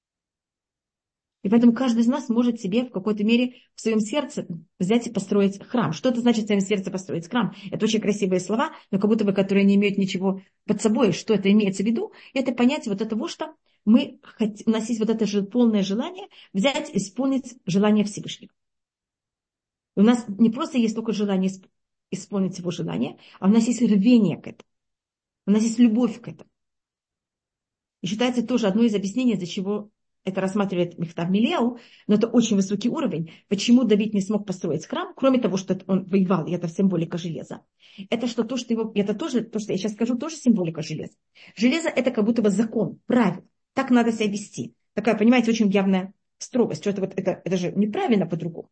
И поэтому каждый из нас может себе в какой-то мере в своем сердце взять и построить храм. Что это значит в своем сердце построить храм? Это очень красивые слова, но как будто бы, которые не имеют ничего под собой. Что это имеется в виду? Это понятие вот того, что мы, у нас есть вот это же полное желание взять и исполнить желание Всевышнего. У нас не просто есть только желание исполнить его желание, а у нас есть рвение к этому. У нас есть любовь к этому. И считается тоже одно из объяснений, из-за чего это рассматривает Михтав Милеу, но это очень высокий уровень. Почему Давид не смог построить храм, кроме того, что он воевал, и это символика железа. Это что то, что его, это тоже, то, что я сейчас скажу, тоже символика железа. Железо это как будто бы закон, правило. Так надо себя вести. Такая, понимаете, очень явная строгость. Что это, вот, это, это же неправильно по-другому.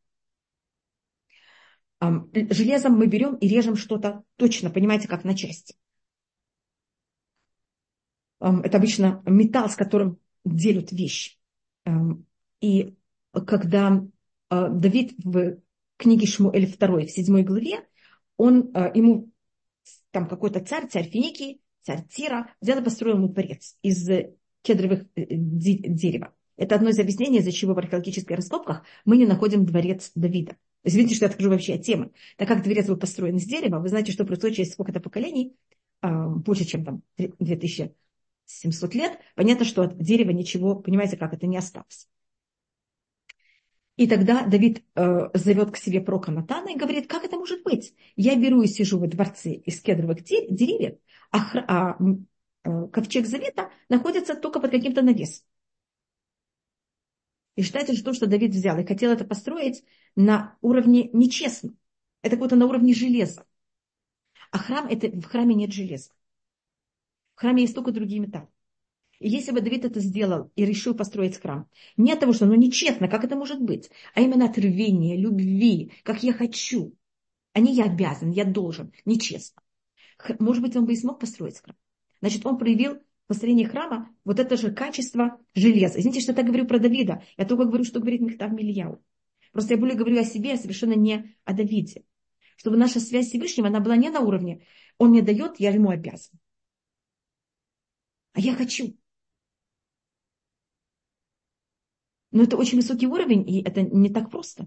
Железом мы берем и режем что-то точно, понимаете, как на части. Это обычно металл, с которым делят вещи. И когда Давид в книге Шмуэль два, в седьмой главе, он, ему там какой-то царь, царь Финикии, царь Тира, взял и построил ему дворец из кедровых дерева. Это одно из объяснений, из-за чего в археологических раскопках мы не находим дворец Давида. Извините, что я откажу вообще от темы. Так как дворец был построен из дерева, вы знаете, что происходит через сколько-то поколений, больше, чем там две тысячи семьсот лет, понятно, что от дерева ничего, понимаете, как это не осталось. И тогда Давид э, зовет к себе пророка Натана и говорит, как это может быть? Я беру и сижу во дворце из кедровых деревьев, а, а э, ковчег завета находится только под каким-то навесом. И считается, что то, что Давид взял и хотел это построить на уровне нечестном. Это как будто на уровне железа. А храм, это, в храме нет железа. В храме есть только другие металлы. И если бы Давид это сделал и решил построить храм, не от того, что ну нечестно, как это может быть, а именно от рвения, любви, как я хочу, а не я обязан, я должен, нечестно. Может быть, он бы и смог построить храм. Значит, он проявил в построении храма вот это же качество железа. Извините, что я так говорю про Давида. Я только говорю, что говорит Михтав Мильяу. Просто я более говорю о себе, а совершенно не о Давиде. Чтобы наша связь с Всевышним, она была не на уровне «он мне дает, я ему обязан». А я хочу. Но это очень высокий уровень, и это не так просто.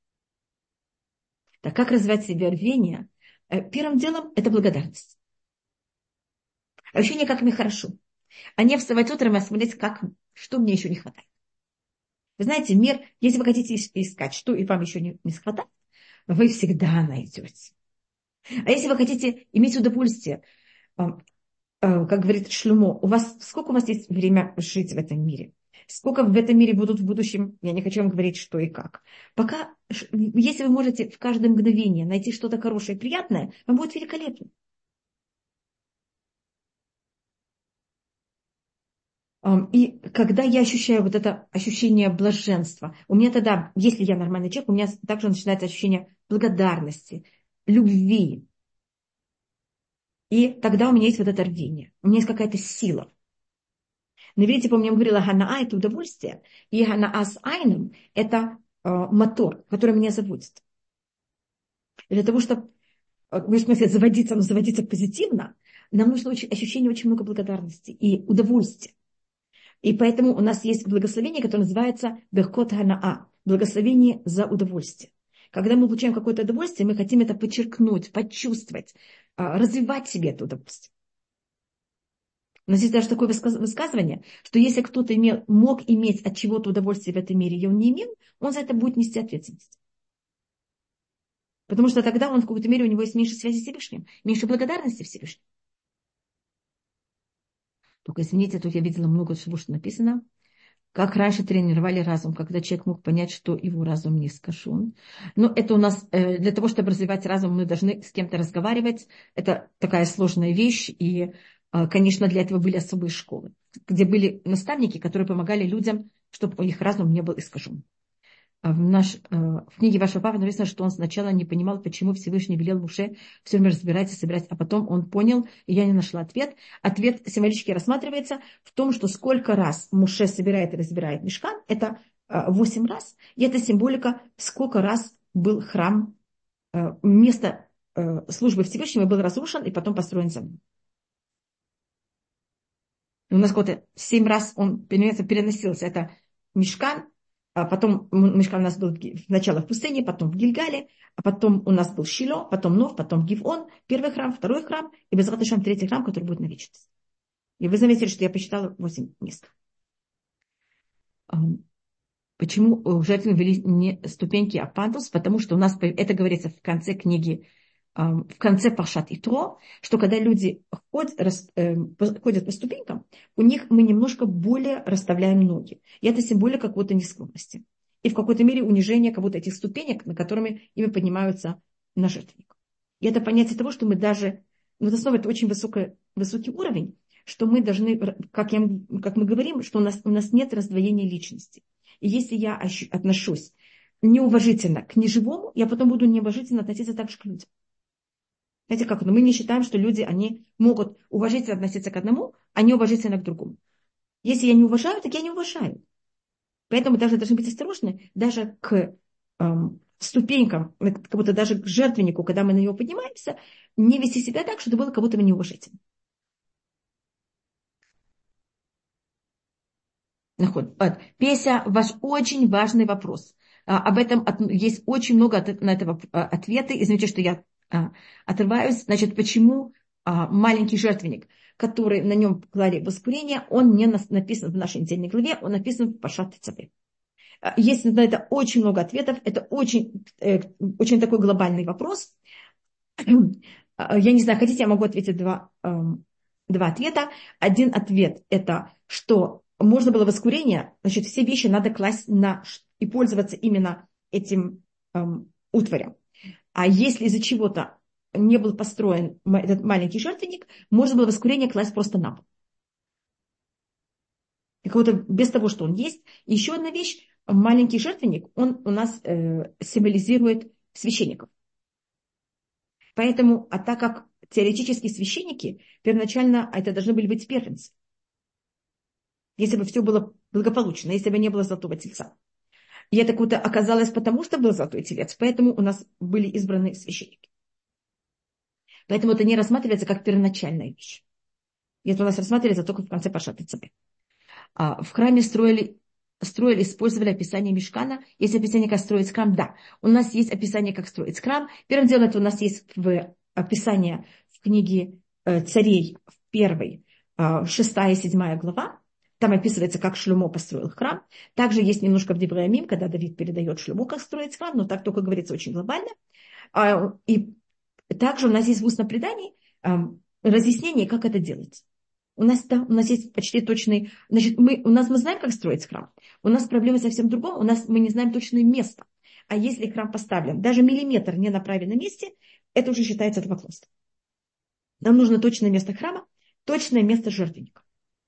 Так как развивать в себе рвение? Первым делом это благодарность. Ощущение, как мне хорошо. А не вставать утром и смотреть, как, что мне еще не хватает. Вы знаете, мир, если вы хотите искать, что и вам еще не, не хватает, вы всегда найдете. А если вы хотите иметь удовольствие, как говорит Шлюмо, у вас, сколько у вас есть время жить в этом мире? Сколько в этом мире будут в будущем, я не хочу вам говорить, что и как. Пока, если вы можете в каждое мгновение найти что-то хорошее и приятное, вам будет великолепно. И когда я ощущаю вот это ощущение блаженства, у меня тогда, если я нормальный человек, у меня также начинается ощущение благодарности, любви. И тогда у меня есть вот это рвение, у меня есть какая-то сила. Но видите, помню, я говорила, ханаа – это удовольствие, и ханаа с айном – это э, мотор, который меня заводит. И для того, чтобы, в смысле, заводиться, но заводиться позитивно, нам нужно очень, ощущение очень много благодарности и удовольствия. И поэтому у нас есть благословение, которое называется беркот ханаа, благословение за удовольствие. Когда мы получаем какое-то удовольствие, мы хотим это подчеркнуть, почувствовать, э, развивать в себе это удовольствие. У нас есть даже такое высказывание, что если кто-то имел, мог иметь от чего-то удовольствие в этом мире, и он не имел, он за это будет нести ответственность. Потому что тогда он в какой-то мере у него есть меньше связи с Всевышним, меньше благодарности Всевышнему. Только извините, тут я видела много всего, что написано. Как раньше тренировали разум, когда человек мог понять, что его разум не искажен. Но это у нас, для того, чтобы развивать разум, мы должны с кем-то разговаривать. Это такая сложная вещь, и конечно, для этого были особые школы, где были наставники, которые помогали людям, чтобы у них разум не был искажен. В, наш, в книге вашего папы написано, что он сначала не понимал, почему Всевышний велел Муше все время разбирать и собирать, а потом он понял, и я не нашла ответ. Ответ символически рассматривается в том, что сколько раз Муше собирает и разбирает мишкан, это восемь раз, и это символика, сколько раз был храм, место службы Всевышнего был разрушен и потом построен заново. У нас какой-то семь раз он переносился. Это мишкан, а потом мишкан у нас был сначала в пустыне, потом в Гильгале, а потом у нас был Шило, потом Нов, потом Гивон, первый храм, второй храм, и Безрат Ашем третий храм, который будет на вечность. И вы заметили, что я посчитала восемь мест. Почему жертвы ввели не ступеньки, а пандус? Потому что у нас, это говорится в конце книги, в конце Паршат Итро, что когда люди ходят, ходят по ступенькам, у них мы немножко более расставляем ноги. И это символика какой-то нескромности. И в какой-то мере унижение как будто этих ступенек, на которыми ими поднимаются на жертвенник. И это понятие того, что мы даже, вот основа это очень высокий, высокий уровень, что мы должны, как, я, как мы говорим, что у нас, у нас нет раздвоения личности. И если я отношусь неуважительно к неживому, я потом буду неуважительно относиться так же к людям. Знаете как? Но мы не считаем, что люди, они могут уважительно относиться к одному, а не уважительно к другому. Если я не уважаю, так я не уважаю. Поэтому даже должны быть осторожны даже к эм, ступенькам, как будто даже к жертвеннику, когда мы на него поднимаемся, не вести себя так, чтобы было как будто бы неуважительно. Песя, ваш очень важный вопрос. Об этом есть очень много на этого ответа. Извините, что я отрываюсь. Значит, почему маленький жертвенник, который на нем клали воскурение, он не написан в нашей недельной главе, он написан в Паршат Тецаве. Есть на это очень много ответов. Это очень, очень такой глобальный вопрос. Я не знаю, хотите, я могу ответить два, два ответа. Один ответ – это что можно было воскурение, значит, все вещи надо класть на и пользоваться именно этим эм, утварем. А если из-за чего-то не был построен этот маленький жертвенник, можно было воскурение класть просто на пол. Какого-то без того, что он есть. И еще одна вещь. Маленький жертвенник, он у нас э, символизирует священников. Поэтому, а так как теоретически священники, первоначально это должны были быть первенцы. Если бы все было благополучно, если бы не было золотого тельца. И это как-то оказалось потому, что был золотой телец. Поэтому у нас были избраны священники. Поэтому это не рассматривается как первоначальная вещь. И это у нас рассматривается только в конце Пашат Эцаве. А в храме строили, строили, использовали описание мишкана. Есть описание, как строить храм? Да. У нас есть описание, как строить храм. Первым делом это у нас есть в описание в книге Царей в первой, шестая и седьмая глава. Там описывается, как Шломо построил храм. Также есть немножко в Деврей Ямим, когда Давид передает Шломо, как строить храм, но так только говорится очень глобально. И также у нас есть в устном предании разъяснение, как это делать. У нас, да, у нас есть почти точный... Значит, мы, у нас мы знаем, как строить храм. У нас проблема совсем другая. У нас мы не знаем точное место. А если храм поставлен, даже миллиметр не на правильном месте, это уже считается идолопоклонством. Нам нужно точное место храма, точное место жертвенника.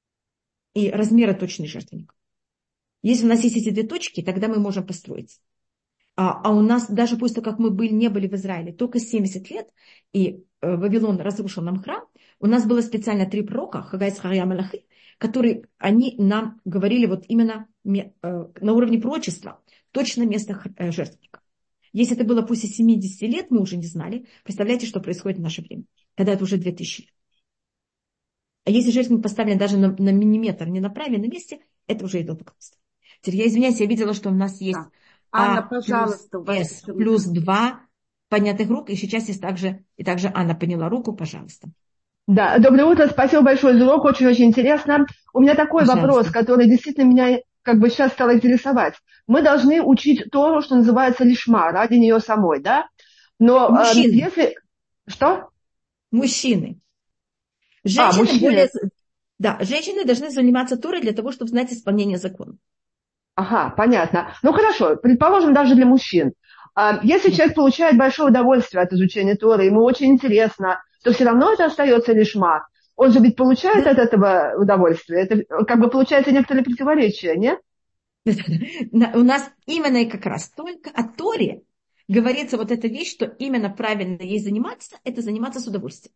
И размеры точный жертвенника. Если у нас есть эти две точки, тогда мы можем построить. А, а у нас, даже после того, как мы были, не были в Израиле, только семьдесят лет, и э, Вавилон разрушил нам храм, у нас было специально три пророка, Хагай, Захария, Малахи, которые они нам говорили вот именно э, на уровне пророчества, точно место э, жертвенника. Если это было после семидесяти лет, мы уже не знали. Представляете, что происходит в наше время, когда это уже две тысячи лет. А если жертвенник поставлен даже на, на миллиметр, не на правильном месте, это уже идолопоклонство. Теперь я извиняюсь, я видела, что у нас есть да. Анна, А пожалуйста, плюс С плюс два поднятых рук. И сейчас есть также, и также Анна подняла руку, пожалуйста. Да, доброе утро, спасибо большое за урок, очень-очень интересно. У меня такой Пожалуйста. Вопрос, который действительно меня как бы сейчас стал интересовать. Мы должны учить Тору, что называется, лишма, ради нее самой, да? Но Мужчины. Э, если... Что? Мужчины. Женщины, а, мужчины. более... Да, женщины должны заниматься Торой для того, чтобы знать исполнение закона. Ага, понятно. Ну хорошо, предположим, даже для мужчин. Если человек получает большое удовольствие от изучения Торы, ему очень интересно, то все равно это остается лишма. Он же ведь получает от этого удовольствие. Это как бы получается некоторое противоречие, нет? У нас именно и как раз только о Торе говорится вот эта вещь, что именно правильно ей заниматься, это заниматься с удовольствием.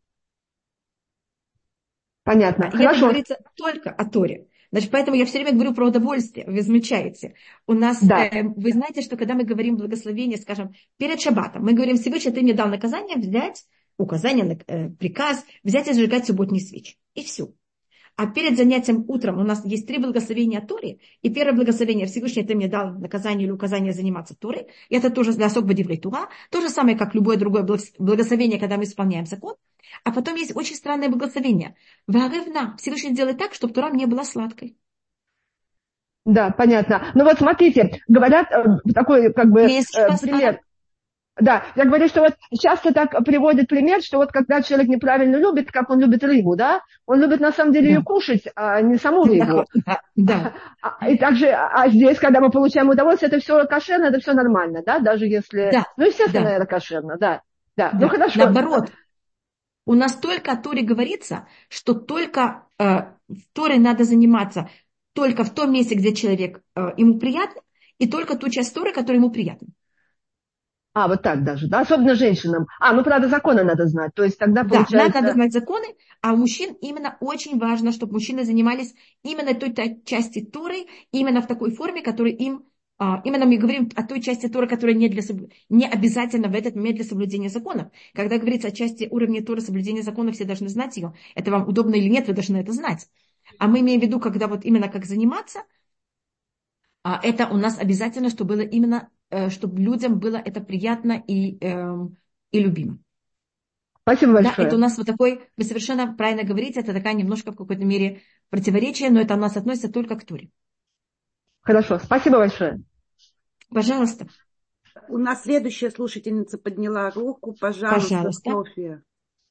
Понятно. И Хорошо. это говорится только о Торе. Значит, поэтому я все время говорю про удовольствие. Вы замечаете. У нас, да. э, вы знаете, что когда мы говорим благословение, скажем, перед шаббатом, мы говорим, Всевышний, ты мне дал наказание взять, указание, э, приказ, взять и зажигать субботние свечи. И все. А перед занятием утром у нас есть три благословения о Торе. И первое благословение Всевышний, ты мне дал наказание или указание заниматься Торой. И это тоже для особо диврей Тура. То же самое, как любое другое благословение, когда мы исполняем закон. А потом есть очень странное благословение. Варевна. Всевышний делает так, чтобы Тора не была сладкой. Да, понятно. Ну вот смотрите, говорят э, такой как бы э, пример. Да, я говорю, что вот часто так приводят пример, что вот когда человек неправильно любит, как он любит рыбу, да, он любит на самом деле да. ее кушать, а не саму рыбу. Да, да. А, и также, а здесь, когда мы получаем удовольствие, это все кошерно, это все нормально, да, даже если... Да. Ну, естественно, да. наверное, кошерно, да. Да, да. Ну хорошо. Наоборот, у нас только о Торе говорится, что только э, в Торе надо заниматься только в том месте, где человек, э, ему приятно, и только ту часть Торы, которая ему приятна. А, вот так даже, да? Особенно женщинам. А, ну, правда, законы надо знать. То есть тогда да, получается... надо знать законы, а у мужчин именно очень важно, чтобы мужчины занимались именно той, той части Торы, именно в такой форме, которая им... Именно мы говорим о той части Торы, которая не, для, не обязательно в этот момент для соблюдения законов. Когда говорится о части уровня Торы соблюдения законов, все должны знать ее. Это вам удобно или нет, вы должны это знать. А мы имеем в виду, когда вот именно как заниматься, это у нас обязательно, чтобы было именно, чтобы людям было это приятно и, и любимо. Спасибо большое. Да, это у нас вот такой, вы совершенно правильно говорите, это такая немножко в какой-то мере противоречие, но это у нас относится только к Торе. Хорошо, спасибо большое. Пожалуйста. У нас следующая слушательница подняла руку. Пожалуйста, Пожалуйста. Софья.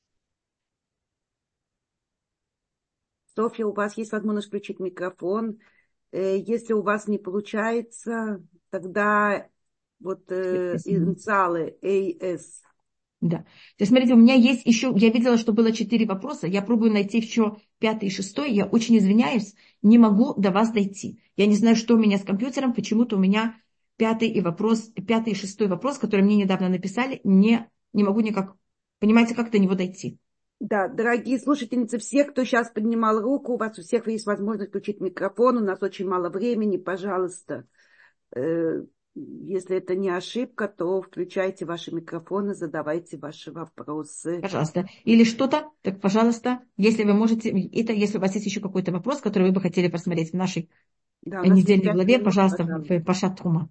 Софья, у вас есть возможность включить микрофон. Если у вас не получается, тогда вот э, инициалы эй эс Да. То есть, смотрите, у меня есть еще, я видела, что было четыре вопроса, я пробую найти еще пятый и шестой, я очень извиняюсь, не могу до вас дойти. Я не знаю, что у меня с компьютером, почему-то у меня пятый и вопрос, пятый и шестой вопрос, который мне недавно написали, не, не могу никак, понимаете, как до него дойти. Да, дорогие слушательницы, все, кто сейчас поднимал руку, у вас у всех есть возможность включить микрофон, у нас очень мало времени, пожалуйста, э, если это не ошибка, то включайте ваши микрофоны, задавайте ваши вопросы. Пожалуйста. Или что-то, так, пожалуйста, если вы можете, это, если у вас есть еще какой-то вопрос, который вы бы хотели посмотреть в нашей Да, у нас есть недельной пять главе, минут, пожалуйста, пожалуйста. в Пашат Трума.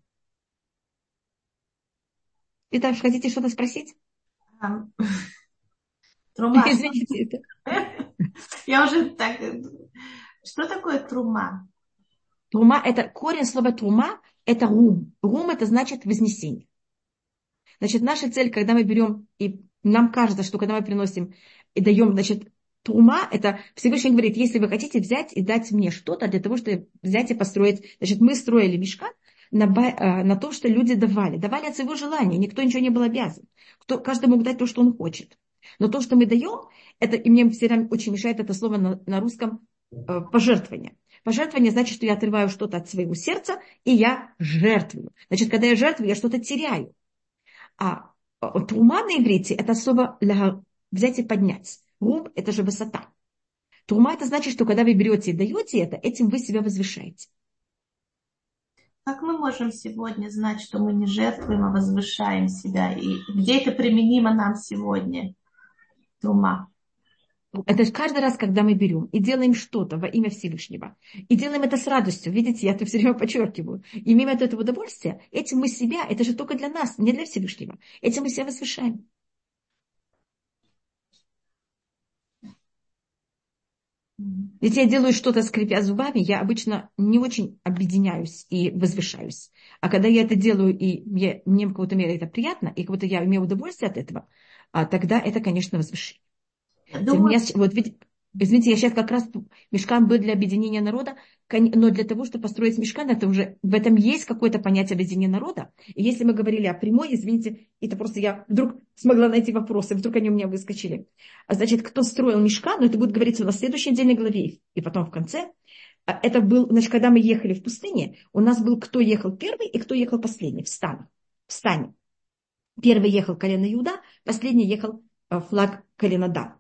Итак, хотите что-то спросить? А, Трума. Извините. Я уже так... Что такое трума? Трума, это корень слова трума, это рум. Рум это значит вознесение. Значит, наша цель, когда мы берем, и нам кажется, что когда мы приносим и даем, значит, трума, это Всевышний говорит, если вы хотите взять и дать мне что-то для того, чтобы взять и построить, значит, мы строили мишкан на, на то, что люди давали. Давали от своего желания, никто ничего не был обязан. Кто, каждый мог дать то, что он хочет. Но то, что мы даем, это, и мне все равно очень мешает это слово на, на русском, э, пожертвование. Пожертвование значит, что я отрываю что-то от своего сердца, и я жертвую. Значит, когда я жертвую, я что-то теряю. А трума на иврите – это слово взять и поднять. Рум – это же высота. Трума – это значит, что когда вы берете и даете это, этим вы себя возвышаете. Как мы можем сегодня знать, что мы не жертвуем, а возвышаем себя? И где это применимо нам сегодня? Трума. Это каждый раз, когда мы берем и делаем что-то во имя Всевышнего, и делаем это с радостью, видите, я это все время подчеркиваю, имеем от этого удовольствие, этим мы себя, это же только для нас, не для Всевышнего, этим мы себя возвышаем. Ведь я делаю что-то, скрипя зубами, я обычно не очень объединяюсь и возвышаюсь. А когда я это делаю, и мне, мне в какой-то мере это приятно, и как будто я имею удовольствие от этого, а тогда это, конечно, возвышение. Думаю... Меня, вот, видите, извините, я сейчас как раз мишкан был для объединения народа, но для того, чтобы построить мишкан, это уже, в этом есть какое-то понятие объединения народа. И если мы говорили о прямой, извините, это просто я вдруг смогла найти вопросы, вдруг они у меня выскочили. А значит, кто строил мишкан, но это будет говориться на следующей недельной главе, и потом в конце. Это был, значит, когда мы ехали в пустыне, у нас был, кто ехал первый и кто ехал последний в стане. В стане. Первый ехал колено Иуда, последний ехал флаг колена Дан.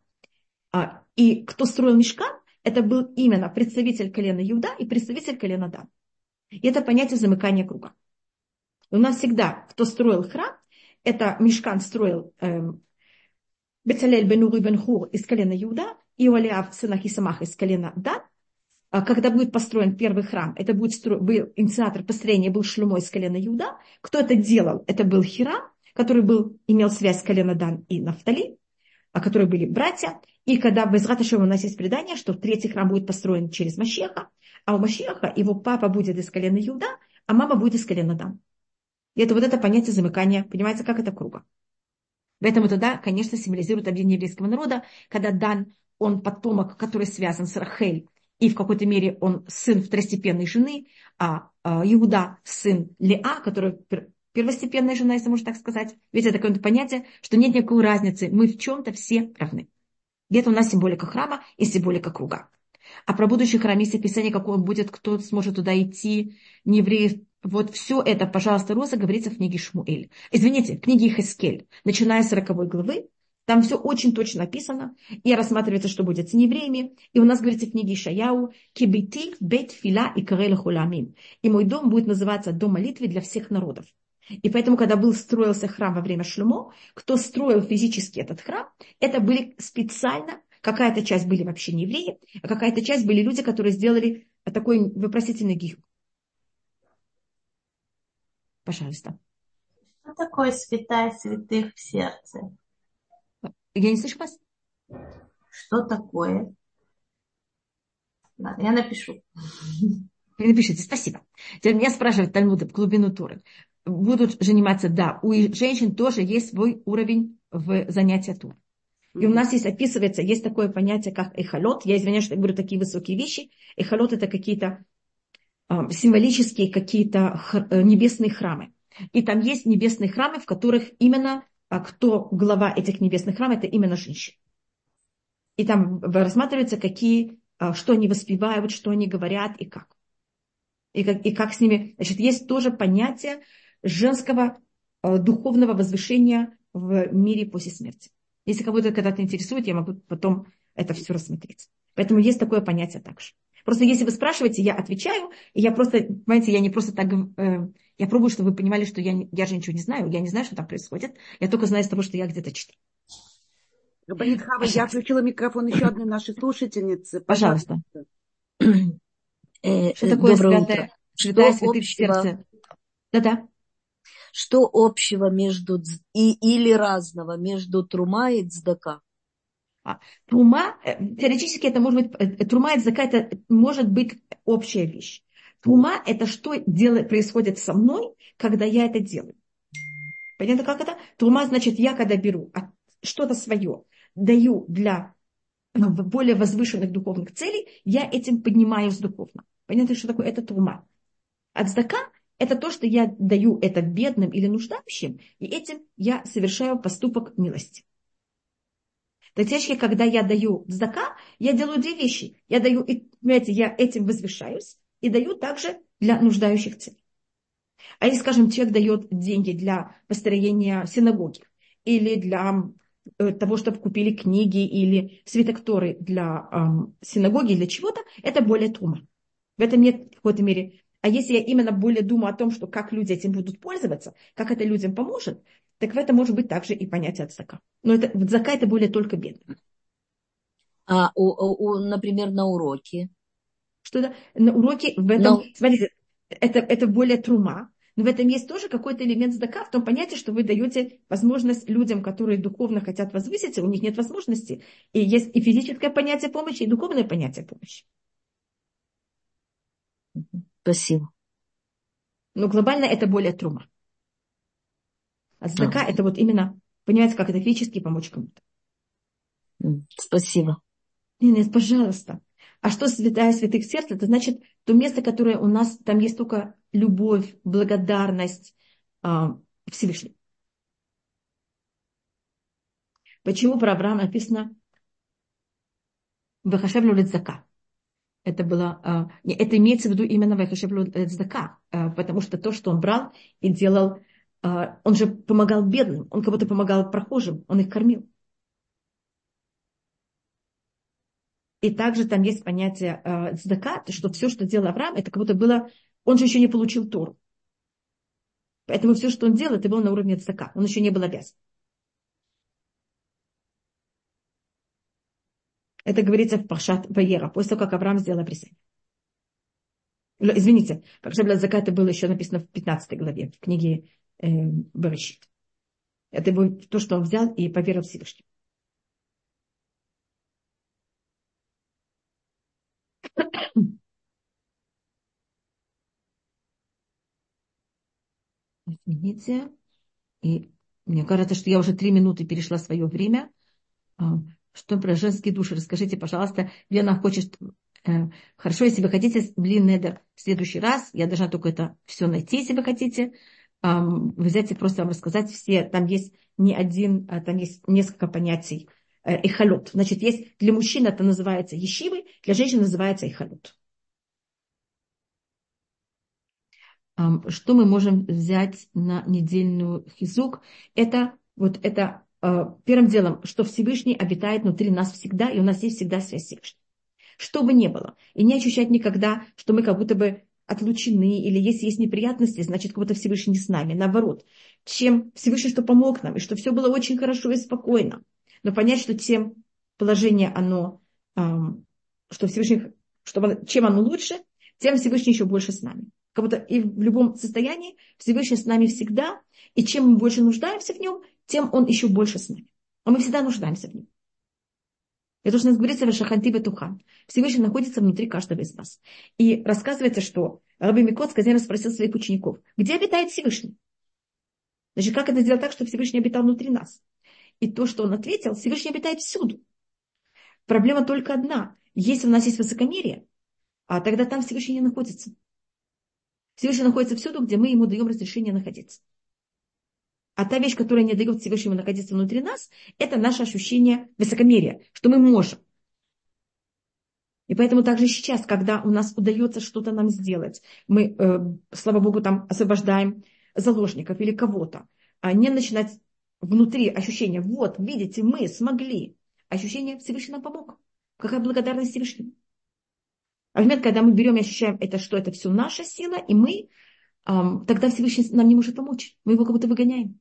И кто строил мишкан, это был именно представитель колена Иуда и представитель колена Дан. И это понятие замыкания круга. У нас всегда, кто строил храм, это мишкан строил эм, Бецалель бен Ури бен Хур из колена Иуда и Олиав сын Ахисамах из колена Дан. А когда будет построен первый храм, это будет стро... был инициатор построения был Шломо из колена Иуда. Кто это делал? Это был Хирам, который был, имел связь с колена Дан и Нафтали, а которые были братья. И когда в Эзрат Ашем у нас есть предание, что третий храм будет построен через Машеха, а у Машеха его папа будет из колена Иуда, а мама будет из колена Дан. И это вот это понятие замыкания, понимаете, как это круга. Поэтому тогда, конечно, символизирует объединение еврейского народа, когда Дан, он потомок, который связан с Рахель, и в какой-то мере он сын второстепенной жены, а Иуда сын Леа, который первостепенная жена, если можно так сказать. Ведь это такое понятие, что нет никакой разницы, мы в чем-то все равны. Где-то у нас символика храма и символика круга. А про будущий храм есть описание, какой он будет, кто сможет туда идти, не евреи. Вот все это, пожалуйста, Роза, говорится в книге Шмуэль. Извините, в книге Ихескель, начиная с сороковой главы. Там все очень точно написано. И рассматривается, что будет с неевреями. И у нас говорится в книге Ишаяу «Кибейти бейт фила и карель хуламим». И мой дом будет называться «Дом молитвы для всех народов». И поэтому, когда был строился храм во время Шломо, кто строил физически этот храм, это были специально, какая-то часть были вообще не евреи, а какая-то часть были люди, которые сделали такой вопросительный гиюр. Пожалуйста. Что такое святая святых в сердце? Я не слышу вас. Что такое? Ладно, я напишу. Вы напишите, спасибо. Теперь меня спрашивают Талмуд в глубину Торы. Будут заниматься, да, у женщин тоже есть свой уровень в занятии Торы. И у нас есть, описывается, есть такое понятие, как эхолот. Я извиняюсь, что я говорю такие высокие вещи. Эхолот – это какие-то э, символические, какие-то х, э, небесные храмы. И там есть небесные храмы, в которых именно кто глава этих небесных храмов, это именно женщины. И там рассматривается, какие, что они воспевают, что они говорят и как. И как, и как с ними... Значит, есть тоже понятие женского духовного возвышения в мире после смерти. Если кого-то когда-то интересует, я могу потом это все рассмотреть. Поэтому есть такое понятие также. Просто если вы спрашиваете, я отвечаю, и я просто, понимаете, я не просто так, э, я пробую, чтобы вы понимали, что я, я же ничего не знаю, я не знаю, что там происходит, я только знаю из того, что я где-то читаю. Рабанит Хава, я включила микрофон еще одной нашей слушательницы. Пожалуйста. Пожалуйста. Что такое Доброе святое, утро. святая Что святых общего, сердце? Да-да. что общего между дз- и, или разного между трума и цдака? А, трума, э, теоретически это может быть, э, трума и цдака, это может быть общая вещь. Трума это что делает, происходит со мной, когда я это делаю. Понятно, как это? Трума значит, я когда беру что-то свое, даю для более возвышенных духовных целей, я этим поднимаюсь духовно. Понятно, что такое? Это трума. А цдака – это то, что я даю это бедным или нуждающим, и этим я совершаю поступок милости. Теоретически, когда я даю цдака, я делаю две вещи. Я даю, понимаете, я этим возвышаюсь и даю также для нуждающих целей. А если, скажем, человек дает деньги для построения синагоги или для того, чтобы купили книги или свитокторы для эм, синагоги или чего-то, это более трума. В этом нет в какой-то мере. А если я именно более думаю о том, что как люди этим будут пользоваться, как это людям поможет, так в этом может быть также и понятие цдака. Но это, цдака это более только бедным. А, у, у, например, на уроке? Что это? На уроке в этом, Но... смотрите, это, это более трума. Но в этом есть тоже какой-то элемент цдака, в том понятии, что вы даете возможность людям, которые духовно хотят возвыситься, у них нет возможности. И есть и физическое понятие помощи, и духовное понятие помощи. Спасибо. Но глобально это более трума. А цдака это вот именно, понимаете, как это физически помочь кому-то. Спасибо. Нет, нет, пожалуйста. А что святая святых сердца? Это значит то место, которое у нас, там есть только любовь, благодарность а, Всевышнему. Почему про Авраама написано «Вахашевлю лецдака»? Это было, а, это имеется в виду именно «Вахашевлю лецдака», а, потому что то, что он брал и делал, а, он же помогал бедным, он как будто помогал прохожим, он их кормил. И также там есть понятие э, цдака, что все, что делал Авраам, это как будто было... Он же еще не получил Тору. Поэтому все, что он делал, это было на уровне цдака. Он еще не был обязан. Это говорится в Паршат Ваера, после того, как Авраам сделал обрезание. Извините, Паршат цдака это было еще написано в пятнадцатой главе, в книге э, Берешит. Это было то, что он взял и поверил Всевышнему. Извините. И мне кажется, что я уже три минуты перешла свое время. Что про женские души? Расскажите, пожалуйста. Лена хочет... Хорошо, если вы хотите, блин, Недер, в следующий раз, я должна только это все найти, если вы хотите. Взять и просто вам рассказать все. Там есть не один, там есть несколько понятий. Эхалот. Значит, есть для мужчин это называется ешивы, для женщин называется эхалот. Что мы можем взять на недельную хизук? Это вот это первым делом, что Всевышний обитает внутри нас всегда, и у нас есть всегда связь с Всевышним. Что бы ни было. И не ощущать никогда, что мы как будто бы отлучены, или если есть неприятности, значит, как будто Всевышний не с нами. Наоборот, чем Всевышний, что помог нам, и что все было очень хорошо и спокойно. Но понять, что тем положение, оно, что Всевышний, что, чем оно лучше, тем Всевышний еще больше с нами. Как будто и в любом состоянии Всевышний с нами всегда, и чем мы больше нуждаемся в нем, тем он еще больше с нами. А мы всегда нуждаемся в нем. Это что у нас говорится в Шаханти Бетухан. Всевышний находится внутри каждого из нас. И рассказывается, что Раби Микоц один раз спросил своих учеников, где обитает Всевышний? Значит, как это сделать так, чтобы Всевышний обитал внутри нас? И то, что он ответил, Всевышний обитает всюду. Проблема только одна. Если у нас есть высокомерие, а тогда там Всевышний не находится. Всевышний находится всюду, где мы ему даем разрешение находиться. А та вещь, которая не дает Всевышнему находиться внутри нас, это наше ощущение высокомерия, что мы можем. И поэтому также сейчас, когда у нас удается что-то нам сделать, мы, э, слава Богу, там освобождаем заложников или кого-то, а не начинать внутри ощущение, вот, видите, мы смогли. Ощущение Всевышний нам помог. Какая благодарность Всевышнему. А в момент, когда мы берем и ощущаем это, что это все наша сила, и мы, эм, тогда Всевышний нам не может помочь. Мы его как будто выгоняем.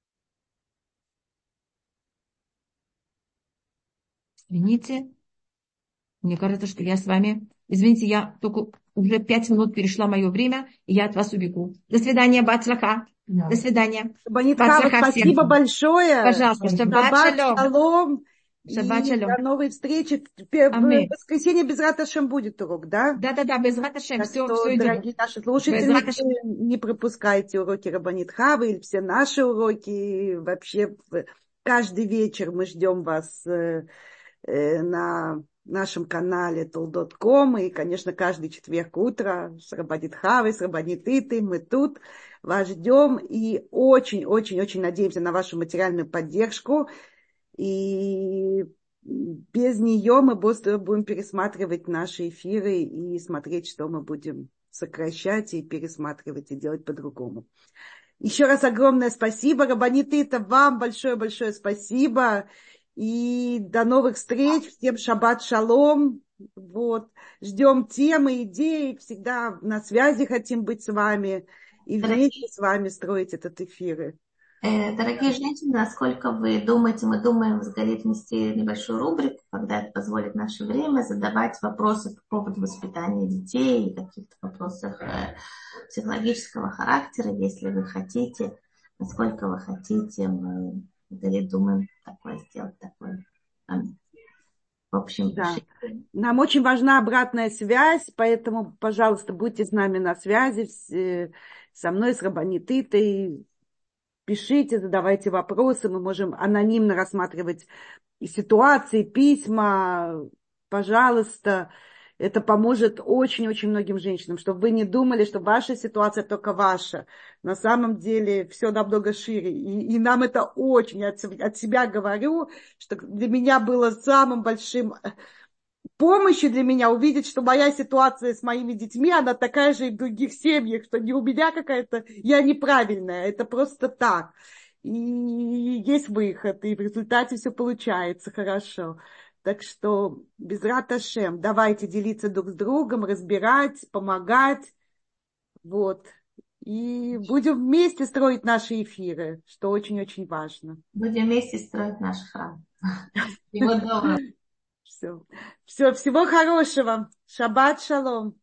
Извините. Мне кажется, что я с вами... Извините, я только уже пять минут перешла мое время, и я от вас убегу. До свидания, бацлаха. Да. До свидания. Рабанит Хава, спасибо всем. Большое. Пожалуйста, шаббат шалом. шалом. Шаббат шалом. До новой встречи. В воскресенье без Рат Ашем будет урок, да? Да-да-да, без Рат Ашем. Так все, что, все дорогие идет. наши слушатели, не пропускайте уроки Рабанит Хавы или все наши уроки. Вообще, каждый вечер мы ждем вас на нашем канале тол точка ком и, конечно, каждый четверг утро с Рабанит Хавой, с Рабанит Итой. Мы тут вас ждем и очень-очень-очень надеемся на вашу материальную поддержку. И без нее мы будем пересматривать наши эфиры и смотреть, что мы будем сокращать и пересматривать и делать по-другому. Еще раз огромное спасибо. Рабанит Ита, вам большое-большое спасибо. И до новых встреч. Всем шаббат шалом. Вот. Ждем темы, идеи. Всегда на связи хотим быть с вами. И вместе с вами строить этот эфир. Дорогие женщины, насколько вы думаете, мы думаем с Галит внести небольшую рубрику, когда это позволит наше время, задавать вопросы по поводу воспитания детей и каких-то вопросов психологического характера, если вы хотите, насколько вы хотите, мы Галит думаем такое сделать, такое. В общем, да. Нам очень важна обратная связь, поэтому, пожалуйста, будьте с нами на связи, со мной, с Рабанит Итой. Пишите, задавайте вопросы, мы можем анонимно рассматривать ситуации, письма, пожалуйста. Это поможет очень-очень многим женщинам, чтобы вы не думали, что ваша ситуация только ваша. На самом деле все намного шире. И, и нам это очень, от, от себя говорю, что для меня было самым большим помощью для меня увидеть, что моя ситуация с моими детьми, она такая же и в других семьях, что не у меня какая-то, я неправильная, это просто так. И есть выход, и в результате все получается хорошо. Так что без Рат Ашем давайте делиться друг с другом, разбирать, помогать. Вот. И будем вместе строить наши эфиры, что очень-очень важно. Будем вместе строить наш храм. Всего доброго. Все. Все, всего хорошего. Шаббат шалом.